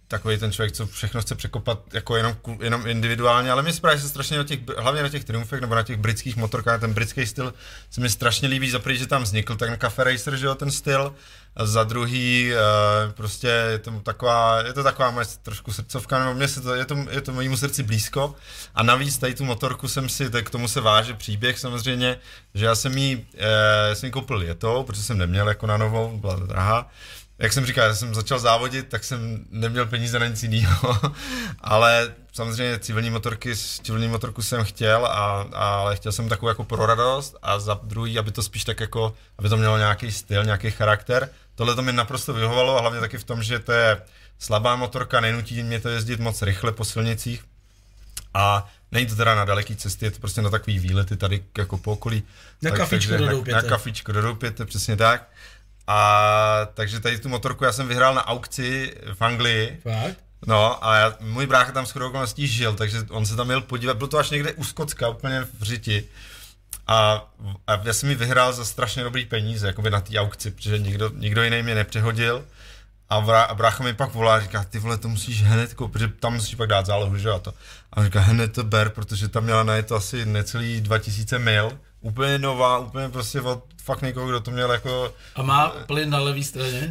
takový ten člověk, co všechno chce překopat jako jenom, jenom individuálně, ale mě se právě se strašně na těch, hlavně na těch Triumfech nebo na těch britských motorkách, ten britský styl se mi strašně líbí, za první, že tam vznikl ten Cafe Racer, že jo, ten styl, a za druhý uh, prostě je to taková, je to taková moje trošku srdcovka, nebo mě se to, je to, je to mojímu srdci blízko a navíc tady tu motorku jsem si, tak k tomu se váže příběh samozřejmě, že já jsem jí, uh, jsem jí koupil letou, protože jsem neměl jako na novou, byla drahá. Jak jsem říkal, já jsem začal závodit, tak jsem neměl peníze na nic jiného, ale samozřejmě civilní motorky, civilní motorku jsem chtěl, a, ale chtěl jsem takovou jako pro radost a za druhý, aby to spíš tak jako, aby to mělo nějaký styl, nějaký charakter. Tohle to mi naprosto vyhovalo a hlavně taky v tom, že to je slabá motorka, nenutí mě to jezdit moc rychle po silnicích a není to teda na daleký cesty, je to prostě na takový výlety tady jako po okolí. Na tak, kafičko takže, do Doupěte. Na, na kafičko do Doupěte, přesně tak. A takže tady tu motorku já jsem vyhrál na aukci v Anglii. Fakt? No a já, můj brácha tam shodou okolností žil, takže on se tam jel podívat, bylo to až někde u Skotska, úplně v Řiti. A, a já jsem ji vyhrál za strašně dobrý peníze, jakoby na té aukci, protože nikdo, nikdo jiný mě nepřehodil. A, vrá, a brácha mi pak volá a říká, ty vole, to musíš hned koupit, protože tam musíš pak dát zálohu, že a to. A on říká, hned to ber, protože tam měla na to asi necelý dva tisíce mil. Úplně nová, úplně prostě od fakt někoho, kdo to měl jako... A má plyn na levé straně?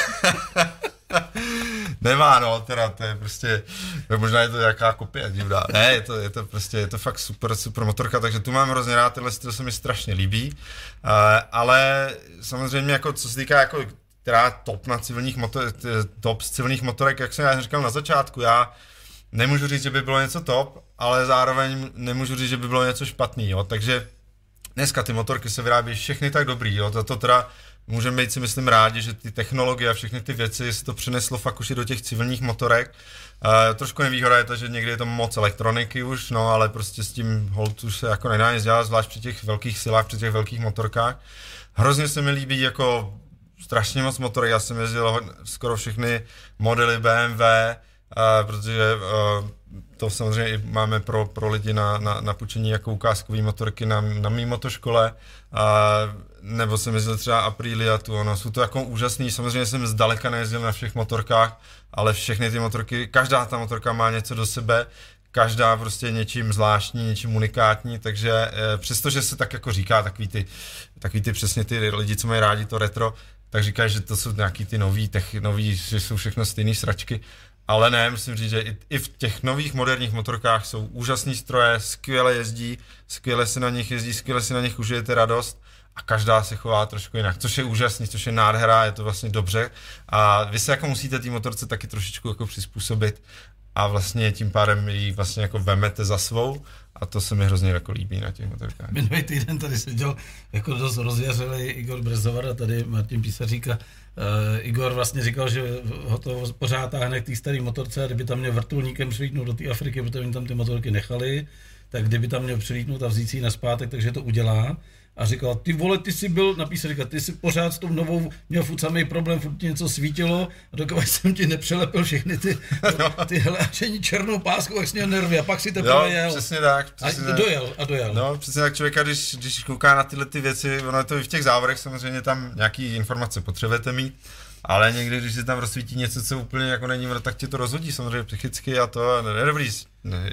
Nemá, no, teda to je prostě, možná je to nějaká kopie divná. Ne, je to, je to prostě, je to fakt super, super motorka, takže tu mám hrozně rád, tenhle styl se mi strašně líbí, uh, ale samozřejmě jako, co se týká jako, která top na civilních motor, top z civilních motorek, jak jsem já říkal na začátku, já nemůžu říct, že by bylo něco top, ale zároveň nemůžu říct, že by bylo něco špatný, jo, takže dneska ty motorky se vyrábí všechny tak dobrý, jo, to, to teda můžeme být si myslím rádi, že ty technologie a všechny ty věci se to přineslo fakt už i do těch civilních motorek. Uh, trošku nevýhoda je to, že někdy je to moc elektroniky už, no ale prostě s tím hold už se jako nedá nic dělat, zvlášť při těch velkých silách, při těch velkých motorkách. Hrozně se mi líbí jako strašně moc motorek, já jsem jezdil skoro všechny modely B M W, uh, protože uh, to samozřejmě máme pro, pro lidi na, na, na půjčení jako ukázkový motorky na, na mý motoškole, a, nebo jsem jezdil třeba Aprilia tu, ono, jsou to jako úžasný, samozřejmě jsem zdaleka nejezdil na všech motorkách, ale všechny ty motorky, každá ta motorka má něco do sebe, každá prostě něčím zvláštní, něčím unikátní, takže e, přestože se tak jako říká, takový ty, takový ty přesně ty lidi, co mají rádi to retro, tak říkají, že to jsou nějaký ty nový, tech, nový, že jsou všechno stejný sračky. Ale ne, musím říct, že i, i v těch nových moderních motorkách jsou úžasný stroje, skvěle jezdí, skvěle se na nich jezdí, skvěle si na nich užijete radost a každá se chová trošku jinak, což je úžasný, což je nádhera, je to vlastně dobře a vy se jako musíte té motorce taky trošičku jako přizpůsobit a vlastně tím pádem ji vlastně jako vemete za svou a to se mi hrozně jako líbí na těch motorkách. Minulý týden tady seděl jako dost rozjařilý Igor Brezovar a tady Martin Písařík a Uh, Igor vlastně říkal, že ho to pořád táhne k té staré motorce a kdyby tam měl vrtulníkem přilítnout do té Afriky, protože jim tam ty motorky nechali, tak kdyby tam měl přilítnout a vzít si ji nazpátek, takže to udělá. A říkal, ty vole, ty jsi byl, napíše, říkal, ty jsi pořád s tou novou měl furt samý problém, furt ti něco svítilo a dokud jsem ti nepřelepil všechny ty, ty hlášení černou páskou, jak jsi měl nervy a pak si teprve jel. Přesně tak. Přesně a tak. dojel a dojel. No, přesně tak člověka, když, když kouká na tyhle ty věci, ono je to i v těch závodech, samozřejmě tam nějaký informace potřebujete mít, ale někdy, když se tam rozsvítí něco, co úplně jako není, tak tě to rozhodí samozřejmě psychicky a to nedobrý. Ne,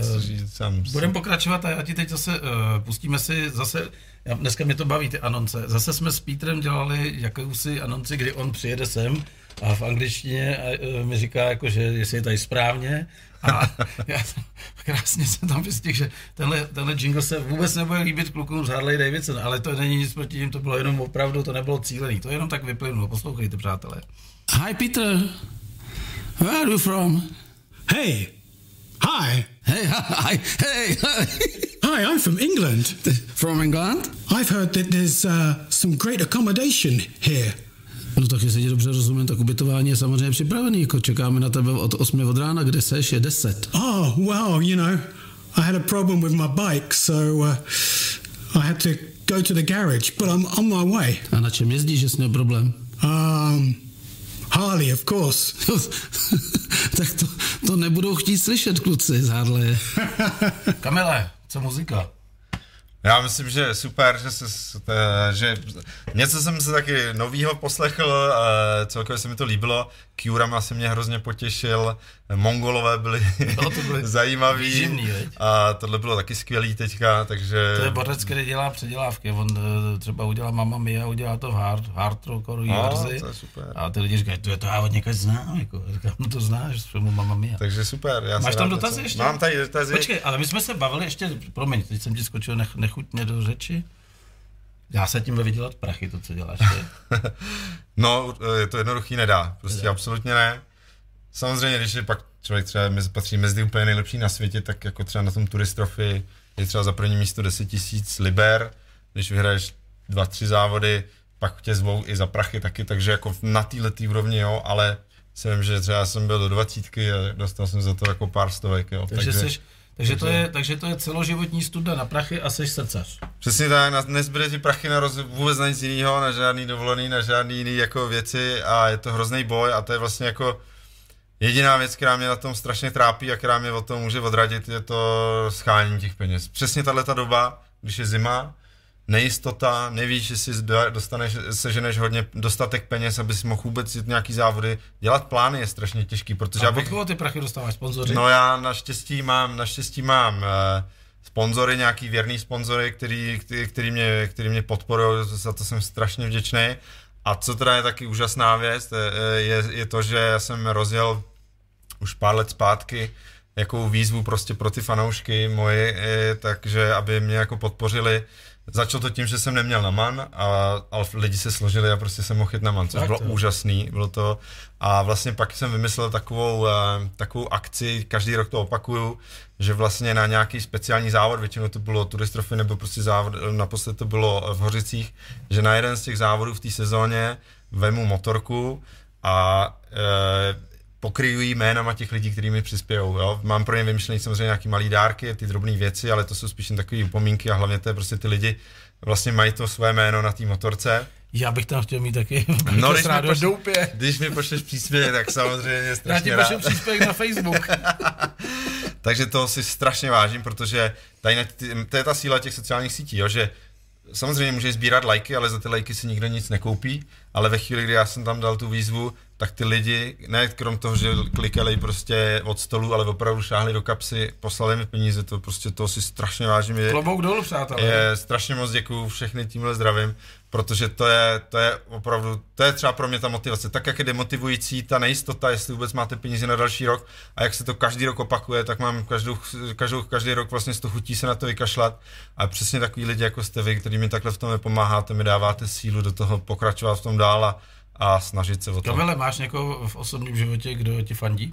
uh, Budeme pokračovat a já ti teď zase uh, pustíme si zase, já, dneska mě to baví ty anonce, zase jsme s Pítrem dělali jakousi anonci, kdy on přijede sem a v angličtině a, uh, mi říká, jako, že jestli je tady správně a já tam, krásně jsem tam vystihl, že tenhle, tenhle jingle se vůbec nebude líbit klukům z Harley Davidson, ale to není nic proti ním, to bylo jenom opravdu, to nebylo cílený, to jenom tak vyplynulo, poslouchejte přátelé. Hi Peter, where are you from? Hey. Hi. Hey, hi, hey, hi. Hi, I'm from England. From England? I've heard that there's uh, some great accommodation here. No tak jestli tě dobře rozumím, tak ubytování je samozřejmě připravený, jako čekáme na tebe od osmi od rána, kde seš, je deset. Oh, well, you know, I had a problem with my bike, so uh, I had to go to the garage, but I'm on my way. A na čem jezdíš, že jsi měl problém? Um, Harley, of course. Tak to, to nebudou chtít slyšet kluci z Harley. Kamile, co muzika? Já myslím, že super, že se, že něco jsem se taky novýho poslechl, celkově se mi to líbilo, Kyurama se mě hrozně potěšil, Mongolové byli, no, to byly zajímaví výživný, a tohle bylo taky skvělý teďka, takže... To je borec, který dělá předělávky, on třeba udělá Mamma Mia, udělá to v hard, hard rockerový verzi a ty lidi říkají, to je to já od někaď znám, jako, říkám, no to znáš, z filmu Mamma Mia. Takže super. Já Máš tam dotazy ještě? Mám tady dotazy. Počkej, ale my jsme se bavili ještě, promiň, teď jsem ti skočil nech, nechutně do řeči. Já se tím vydělat prachy, to, co děláš. No, je to jednoduchý, nedá. Prostě nedá. Absolutně ne. Samozřejmě, když je pak člověk třeba patří mezi úplně nejlepší na světě, tak jako třeba na tom Turistrofy je třeba za první místo deset tisíc liber, když vyhraješ dva, tři závody, pak tě zvou i za prachy taky, takže jako na této úrovni, jo, ale si vím, že třeba jsem byl do dvacítky a dostal jsem za to jako pár stovek, jo. Takže, takže, seš, takže, takže, to je, takže to je celoživotní studa na prachy a seš srdcař. Přesně tak, nezbyde ti prachy na roz, vůbec na nic jiného, na žádný dovolený, na žádný jiný jako věci a je to hrozný boj a to je vlastně jako jediná věc, která mě na tom strašně trápí a která mě od toho může odradit, je to shánění těch peněz. Přesně tato doba, když je zima, nejistota, nevíš, jestli dostaneš, seženeš hodně dostatek peněz, aby si mohl vůbec jít nějaký závody. Dělat plány je strašně těžký, protože... A od koho ty prachy dostáváš, sponzoři? No já naštěstí mám, naštěstí mám uh, sponzory, nějaký věrný sponzory, který, který, který, mě, který mě podporují, za to jsem strašně vděčný. A co teda je taky úžasná věc, je, je to, že já jsem rozjel už pár let zpátky jakou výzvu prostě pro ty fanoušky moje, takže aby mě jako podpořili. Začalo to tím, že jsem neměl na man, a, ale lidi se složili a prostě jsem mohl jít na man, což tak bylo to úžasný, bylo to. A vlastně pak jsem vymyslel takovou, takovou akci, každý rok to opakuju, že vlastně na nějaký speciální závod, většinou to bylo Turistrofy nebo prostě závod, naposled to bylo v Hořicích, že na jeden z těch závodů v té sezóně vemu motorku a e, pokryju jí jménama těch lidí, kteří mi přispějou. Jo? Mám pro ně vymyšlený samozřejmě nějaký malý dárky, ty drobné věci, ale to jsou spíš jen takové upomínky a hlavně to je prostě ty lidi vlastně mají to své jméno na té motorce. Já bych tam chtěl mít taky no, když, mi pošle, když mi pošleš příspěvek, tak samozřejmě strašně rád. Já ti pošlu příspěvek na Facebook. Takže to si strašně vážím, protože tady, to je ta síla těch sociálních sítí, jo? Že samozřejmě můžeš sbírat lajky, ale za ty lajky si nikdo nic nekoupí, ale ve chvíli, kdy já jsem tam dal tu výzvu, tak ty lidi, ne krom toho, že klikali prostě od stolu, ale opravdu šáhli do kapsy, poslali mi peníze, to prostě to si strašně vážím. Je, klobouk dolů, přátelé. Je, strašně moc děkuju, všechny tímhle zdravím, protože to je, to je opravdu, to je třeba pro mě ta motivace. Tak, jak je demotivující ta nejistota, jestli vůbec máte peníze na další rok a jak se to každý rok opakuje, tak mám každou, každou, každý rok vlastně z toho chutí se na to vykašlat. A přesně takový lidi, jako jste vy, kteří mi takhle v tom pomáháte, mi dáváte sílu do toho pokračovat v tom dál a, a snažit se o to. Kamile, máš někoho v osobním životě, kdo ti fandí?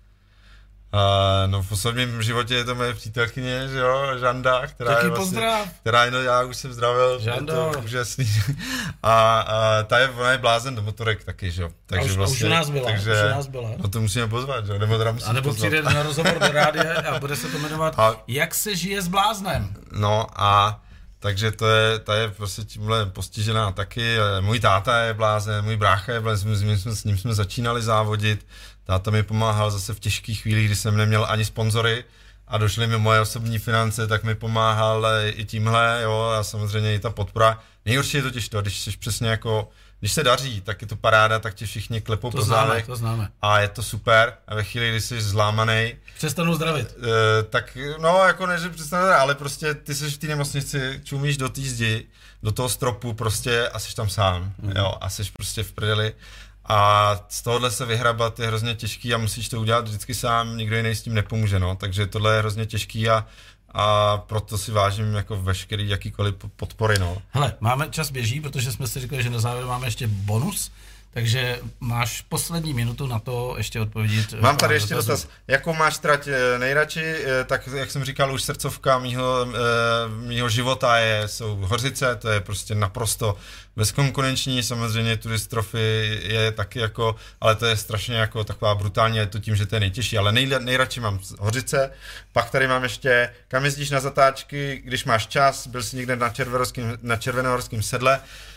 Uh, no v osobním životě je to moje přítelkyně, že jo, Žanda, která Taky je vlastně, pozdrav. která no, já už jsem zdravil, Žando. Je to úžasný. A, a ta je, ona je blázen do motorek taky, že jo. Takže a už, vlastně, už u nás byla, takže, už u nás byla. No to musíme pozvat, že jo, nebo teda musíme A nebo pozvat. přijde na rozhovor do rádia a bude se to jmenovat a, Jak se žije s bláznem. No a takže to je, ta je prostě tímhle postižená taky. Můj táta je blázen, můj brácha je blázen, s ním jsme, s ním jsme začínali závodit. Táta mi pomáhal zase v těžkých chvílích, kdy jsem neměl ani sponzory a došly mi moje osobní finance, tak mi pomáhal i tímhle, jo, a samozřejmě i ta podpora. Nejhorší je totiž to, když jsi přesně jako, když se daří, tak je to paráda, tak tě všichni klepou to po známe, zádech. To známe. A je to super. A ve chvíli, kdy jsi zlámanej, přestanu zdravit. Uh, tak no, jako ne, že přestanu zdravit, ale prostě ty jsi v té nemocnici, čumíš do té zdi, do toho stropu prostě a jsi tam sám, mm. jo, a jsi prostě v prdeli. A z tohohle se vyhrabat je hrozně těžký a musíš to udělat vždycky sám, nikdo jiný s tím nepomůže, no. Takže tohle je hrozně těžký a, a proto si vážím jako veškerý jakýkoliv podpory, no. Hele, máme čas běží, protože jsme si říkali, že na závěr máme ještě bonus, takže máš poslední minutu na to ještě odpovědět. Mám tady ještě dotaz. Jakou máš trať nejradši? Tak jak jsem říkal, už srdcovka mýho, mýho života je, jsou Hořice, to je prostě naprosto bezkonkurenční, samozřejmě Turistrofy je taky jako, ale to je strašně jako taková brutální, je to tím, že to je nejtěžší, ale nej, nejradši mám Hořice, pak tady mám ještě, kam jezdíš na zatáčky, když máš čas, byl jsi někde na, na Červenohorském sedle.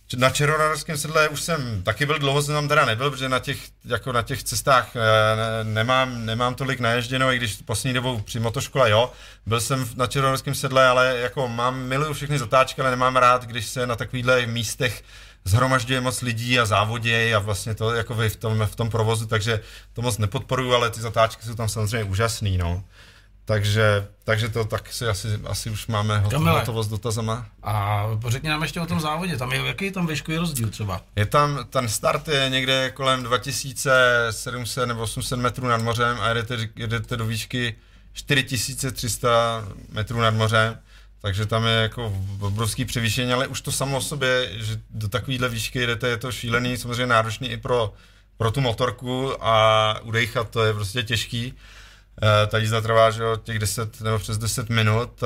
Na Červonohorském sedle už jsem taky byl, dlouho jsem tam teda nebyl, protože na těch, jako na těch cestách ne, nemám, nemám tolik naježděno, i když poslední dobou při motoškole, jo. Byl jsem na Červonohorském sedle, ale jako mám, miluju všechny zatáčky, ale nemám rád, když se na takovýchhle místech zhromažďuje moc lidí a závodějí a vlastně to jako v tom, v tom provozu, takže to moc nepodporuju, ale ty zatáčky jsou tam samozřejmě úžasný, no. Takže, takže to tak si asi, asi už máme hotovo s dotazama. A pořekni nám ještě o tom závodě, tam je, jaký je tam výškový rozdíl třeba? Je tam, ten start je někde kolem dva tisíce sedm set nebo osm set metrů nad mořem a jedete, jedete do výšky čtyři tisíce tři sta metrů nad mořem, takže tam je jako obrovský převýšení, ale už to samo o sobě, že do takovýhle výšky jedete, je to šílený, samozřejmě náročný i pro, pro tu motorku a udejchat to je prostě těžký. Ta jízda trvá, že jo, těch deset nebo přes deset minut,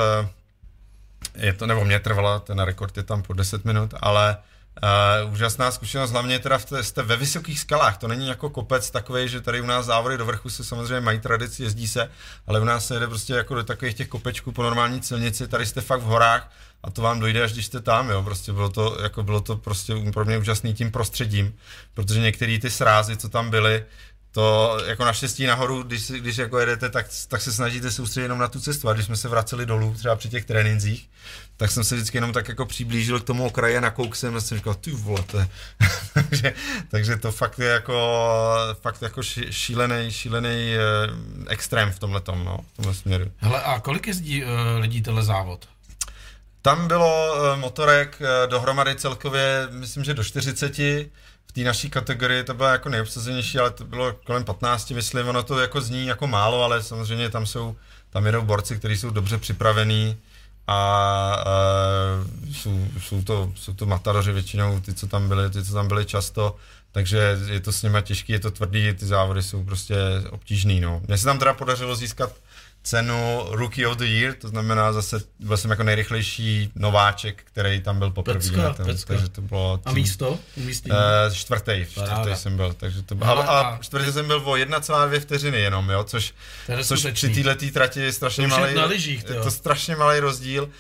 je to, nebo mě trvala, ten rekord je tam po deset minut, ale uh, úžasná zkušenost, hlavně teda v té, jste ve vysokých skalách, to není jako kopec takovej, že tady u nás závody do vrchu se samozřejmě mají tradici, jezdí se, ale u nás se jede prostě jako do takových těch kopečků po normální silnici, tady jste fakt v horách a to vám dojde, až když jste tam, jo, prostě bylo to, jako bylo to prostě pro mě úžasný tím prostředím, protože některé ty srázy, co tam byly, to jako naštěstí nahoru, když, když jako jedete, tak, tak se snažíte soustředit jenom na tu cestu. A když jsme se vraceli dolů, třeba při těch tréninzích, tak jsem se vždycky jenom tak jako přiblížil k tomu okraji a nakouk jsem a jsem říkal, ty vole, to je. takže, takže to fakt je jako, fakt jako šílený, šílený extrém v tomhletom, no, v tomhle směru. Hele, a kolik jezdí uh, lidí tenhle závod? Tam bylo uh, motorek uh, dohromady celkově, myslím, že do čtyřiceti. V té naší kategorii to bylo jako nejobsazenější, ale to bylo kolem patnácti, myslím, ono to jako zní jako málo, ale samozřejmě tam jsou, tam jedou borci, kteří jsou dobře připravení a, a jsou, jsou, to, jsou to matadoři většinou, ty, co tam byli, ty, co tam byli často, takže je to s nima těžký, je to tvrdý, ty závody jsou prostě obtížný, no. Mně se tam teda podařilo získat cenu Rookie of the Year, to znamená zase, byl jsem jako nejrychlejší nováček, který tam byl poprvé. Pecka, pecka. Takže to bylo... Tím, a místo? Místí? Uh, čtvrtý, čtvrtý jsem byl, takže to bylo, a, a čtvrtý jsem byl o jedna celá dvě vteřiny jenom, jo, což, což při této trati je strašně malý, na lyžích, je to strašně malý rozdíl.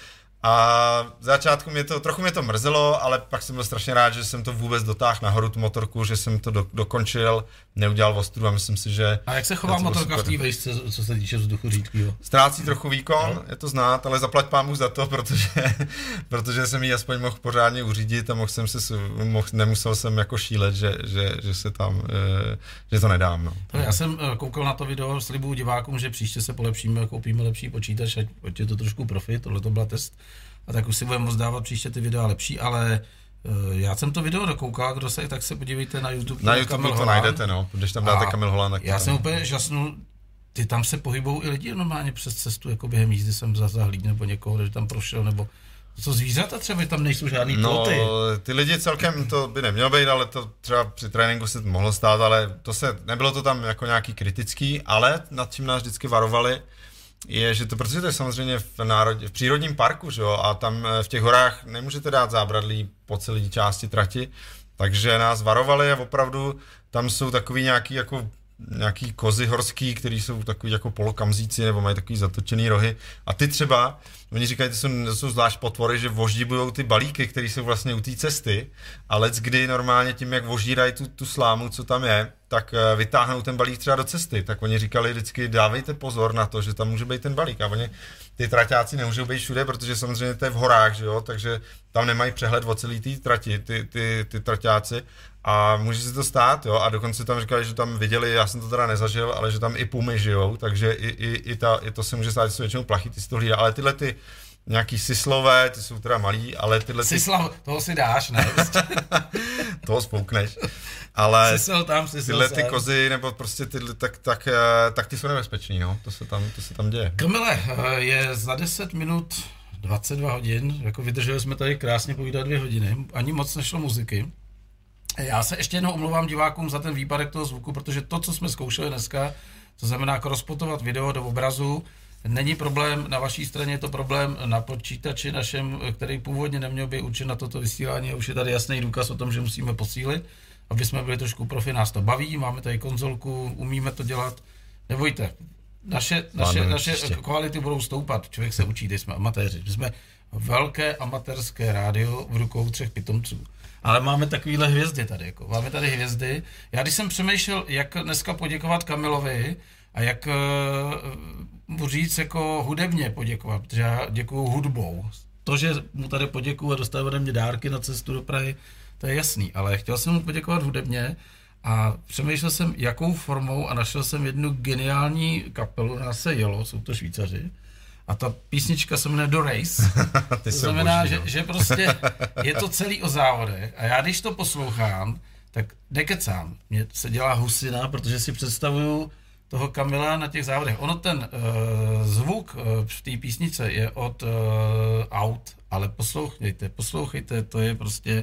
A v začátku mě to, trochu mě to mrzelo, ale pak jsem byl strašně rád, že jsem to vůbec dotáhl nahoru tu motorku, že jsem to do, dokončil, neudělal ostrudu a myslím si, že... A jak se chová motorka v té vejšce, co se týče vzduchu řídkýho? Ztrácí trochu výkon, no. Je to znát, ale zaplať pámu za to, protože, protože jsem ji aspoň mohl pořádně uřídit a mohl jsem se, mohl, nemusel jsem jako šílet, že, že, že se tam, že to nedám, no. Já jsem koukal na to video, slibuju divákům, že příště se polepšíme, koupíme lepší počítač, ať je to trošku profi, tohle to byla test. A tak už si budeme moct dávat příště ty videa lepší, ale uh, já jsem to video dokoukal, kdo se, tak se podívejte na YouTube. Na YouTube Kamil to Holán. Najdete, no, když tam dáte Kamil Holán. Tak já tam... jsem úplně žasnul, ty tam se pohybou i lidi normálně přes cestu, jako během jízdy jsem zahlídl nebo někoho, že tam prošel, nebo co zvířata třeba, tam nejsou žádný ploty. No, ty lidi celkem to by nemělo být, ale to třeba při tréninku se to mohlo stát, ale to se, nebylo to tam jako nějaký kritický, ale nad čím nás vždycky varovali, je, že to, protože to je samozřejmě v, národě, v přírodním parku, že jo, a tam v těch horách nemůžete dát zábradlí po celé části trati, takže nás varovali a opravdu tam jsou takový nějaký jako nějaký kozy horský, který jsou takový jako polokamzíci nebo mají takový zatočený rohy a ty třeba, oni říkají, to jsou, to jsou zvlášť potvory, že voždibujou ty balíky, které jsou vlastně u té cesty a leckdy normálně tím, jak vožírají tu, tu slámu, co tam je, tak vytáhnou ten balík třeba do cesty, tak oni říkali vždycky, dávejte pozor na to, že tam může být ten balík a oni, ty traťáci nemůžou být všude, protože samozřejmě to je v horách, že jo, takže tam nemají přehled o celý té trati, ty, ty, ty traťáci a může se to stát, jo, a dokonce tam říkali, že tam viděli, já jsem to teda nezažil, ale že tam i pumy žijou, takže i, i, i, ta, i to se může stát, že jsou většinou plachý, ty si to hlídá, ale tyhle ty nějaký sislové, ty jsou teda malý, ale tyhle ty... Sislav, toho si dáš, ne? toho spoukneš, ale sisl tam, sisl tyhle sem. ty kozy, nebo prostě ty, tak, tak, tak ty jsou nebezpečný, no, to se tam, to se tam děje. Kamile, je za deset minut dvacet dva hodin, jako vydrželi jsme tady krásně povídat dvě hodiny, ani moc nešlo muziky. Já se ještě jednou omlouvám divákům za ten výpadek toho zvuku, protože to, co jsme zkoušeli dneska, to znamená crosspotovat video do obrazu, není problém na vaší straně, je to problém na počítači našem, který původně neměl být určen na toto vysílání a už je tady jasný důkaz o tom, že musíme posílit, aby jsme byli trošku profi, nás to baví, máme tady konzolku, umíme to dělat, nebojte, naše, naše, naše kvality budou stoupat, člověk se učí, teď jsme amatéři, my jsme velké amatérské rádio v rukou třech pitomců. Ale máme takovýhle hvězdy tady, jako. Máme tady hvězdy. Já když jsem přemýšlel, jak dneska poděkovat Kamilovi a jak mu uh, říct jako hudebně poděkovat, protože já děkuju hudbou. To, že mu tady poděkuju a dostává ode mě dárky na cestu do Prahy, to je jasný, ale chtěl jsem mu poděkovat hudebně a přemýšlel jsem, jakou formou a našel jsem jednu geniální kapelu, nás se jelo, jsou to Švýcaři. A ta písnička se jmenuje The Race. To znamená, boží, že, že prostě je to celý o závodech. A já když to poslouchám, tak nekecám. Mně se dělá husina, protože si představuju toho Kamila na těch závodech. Ono ten uh, zvuk uh, v té písnice je od uh, aut, ale poslouchejte, poslouchejte, to je prostě...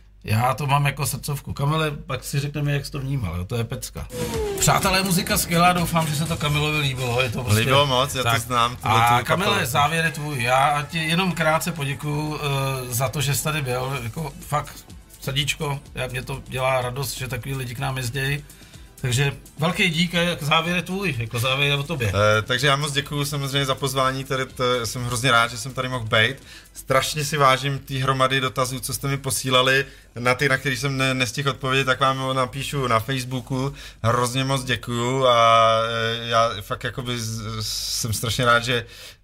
Já to mám jako srdcovku. Kamile, pak si řekneme, jak jsi to vnímal, jo? To je pecka. Přátelé, muzika skvělá, doufám, že se to Kamilovi líbilo. Je to prostě... Líbilo moc, já tak. To znám. A Kamile, závěr je tvůj. Já ti jenom krátce poděkuju uh, za to, že jsi tady byl. Jako fakt srdíčko, jak mě to dělá radost, že takový lidi k nám jezdějí. Takže velký dík, jak závěr je tvůj, jako závěr je o tobě. E, takže já moc děkuju samozřejmě za pozvání, tady to, jsem hrozně rád, že jsem tady mohl být. Strašně si vážím té hromady dotazů, co jste mi posílali, na ty, na který jsem ne, nestihl odpovědět, tak vám ho napíšu na Facebooku. Hrozně moc děkuju a já fakt jakoby jsem strašně rád, že,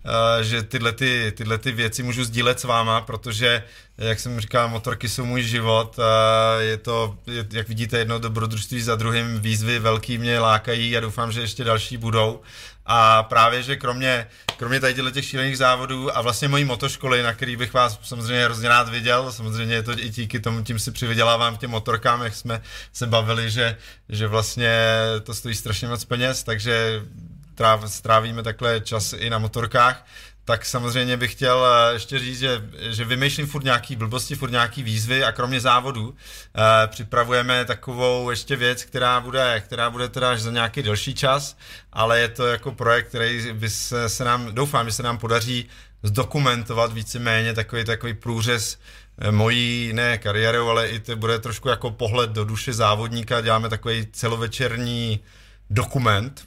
že tyhle, ty, tyhle ty věci můžu sdílet s váma, protože, jak jsem říkal, motorky jsou můj život. Je to, jak vidíte, jedno dobrodružství za druhým, výzvy velký mě lákají a doufám, že ještě další budou. A právě, že kromě, kromě tady těch šílených závodů a vlastně mojí motoškoly, na který bych vás samozřejmě hrozně rád viděl, samozřejmě je to i díky tomu, tím si přivydělávám těm motorkám, jak jsme se bavili, že, že vlastně to stojí strašně moc peněz, takže tráv, strávíme takhle čas i na motorkách. Tak samozřejmě bych chtěl ještě říct, že, že vymýšlím furt nějaký blbosti, furt nějaký výzvy a kromě závodů eh, připravujeme takovou ještě věc, která bude, která bude teda až za nějaký delší čas, ale je to jako projekt, který by se, se nám, doufám, že se nám podaří zdokumentovat víceméně takový, takový průřez mojí, ne kariérou, ale i to bude trošku jako pohled do duše závodníka, děláme takový celovečerní dokument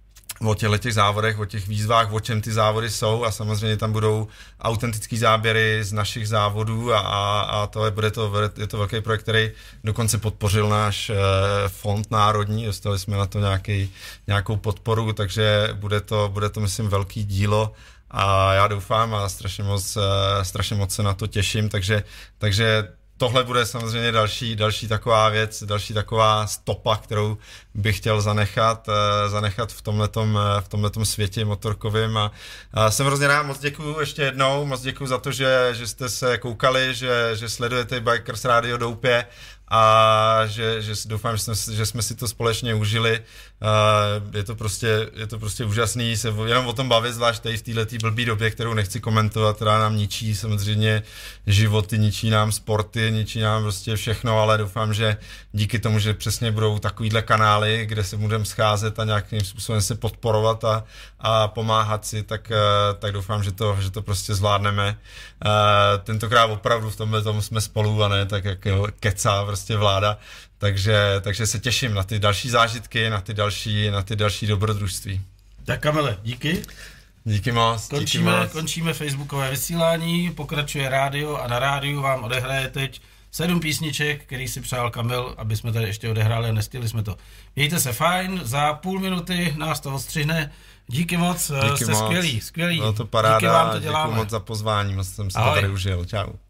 o těchto těch závodech, o těch výzvách, o čem ty závody jsou a samozřejmě tam budou autentický záběry z našich závodů a, a, a to je, bude to, je to velký projekt, který dokonce podpořil náš eh, fond národní, dostali jsme na to nějaký, nějakou podporu, takže bude to, bude to, myslím, velký dílo a já doufám a strašně moc, eh, strašně moc se na to těším, takže, takže tohle bude samozřejmě další, další taková věc, další taková stopa, kterou bych chtěl zanechat, zanechat v tomhletom, v tomhletom světě motorkovým a, a jsem hrozně rád, moc děkuju ještě jednou, moc děkuju za to, že, že jste se koukali, že, že sledujete Bikers Radio Doupě a že, že doufám, že jsme, že jsme si to společně užili. Je to prostě, je to prostě úžasný se jenom o tom bavit, zvlášť tady v této blbý době, kterou nechci komentovat, která nám ničí samozřejmě životy, ničí nám sporty, ničí nám prostě všechno, ale doufám, že díky tomu, že přesně budou takovýhle kanály, kde se budeme scházet a nějakým způsobem se podporovat a, a pomáhat si, tak, tak doufám, že to, že to prostě zvládneme. Tentokrát opravdu v tomhle tomu jsme spolu a ne tak jak kecá prostě vláda. Takže, takže se těším na ty další zážitky, na ty další, na ty další dobrodružství. Tak Kamile, díky. Díky moc. Končíme, díky moc. končíme facebookové vysílání, pokračuje rádio a na rádiu vám odehraje teď sedm písniček, který si přál Kamil, aby jsme tady ještě odehráli a nestihli jsme to. Mějte se fajn, za půl minuty nás to odstřihne. Díky moc, díky jste moc. skvělí, skvělí. Bylo to paráda, díky vám to děláme. Děkuji moc za pozvání, moc jsem se to tady užil. Čau.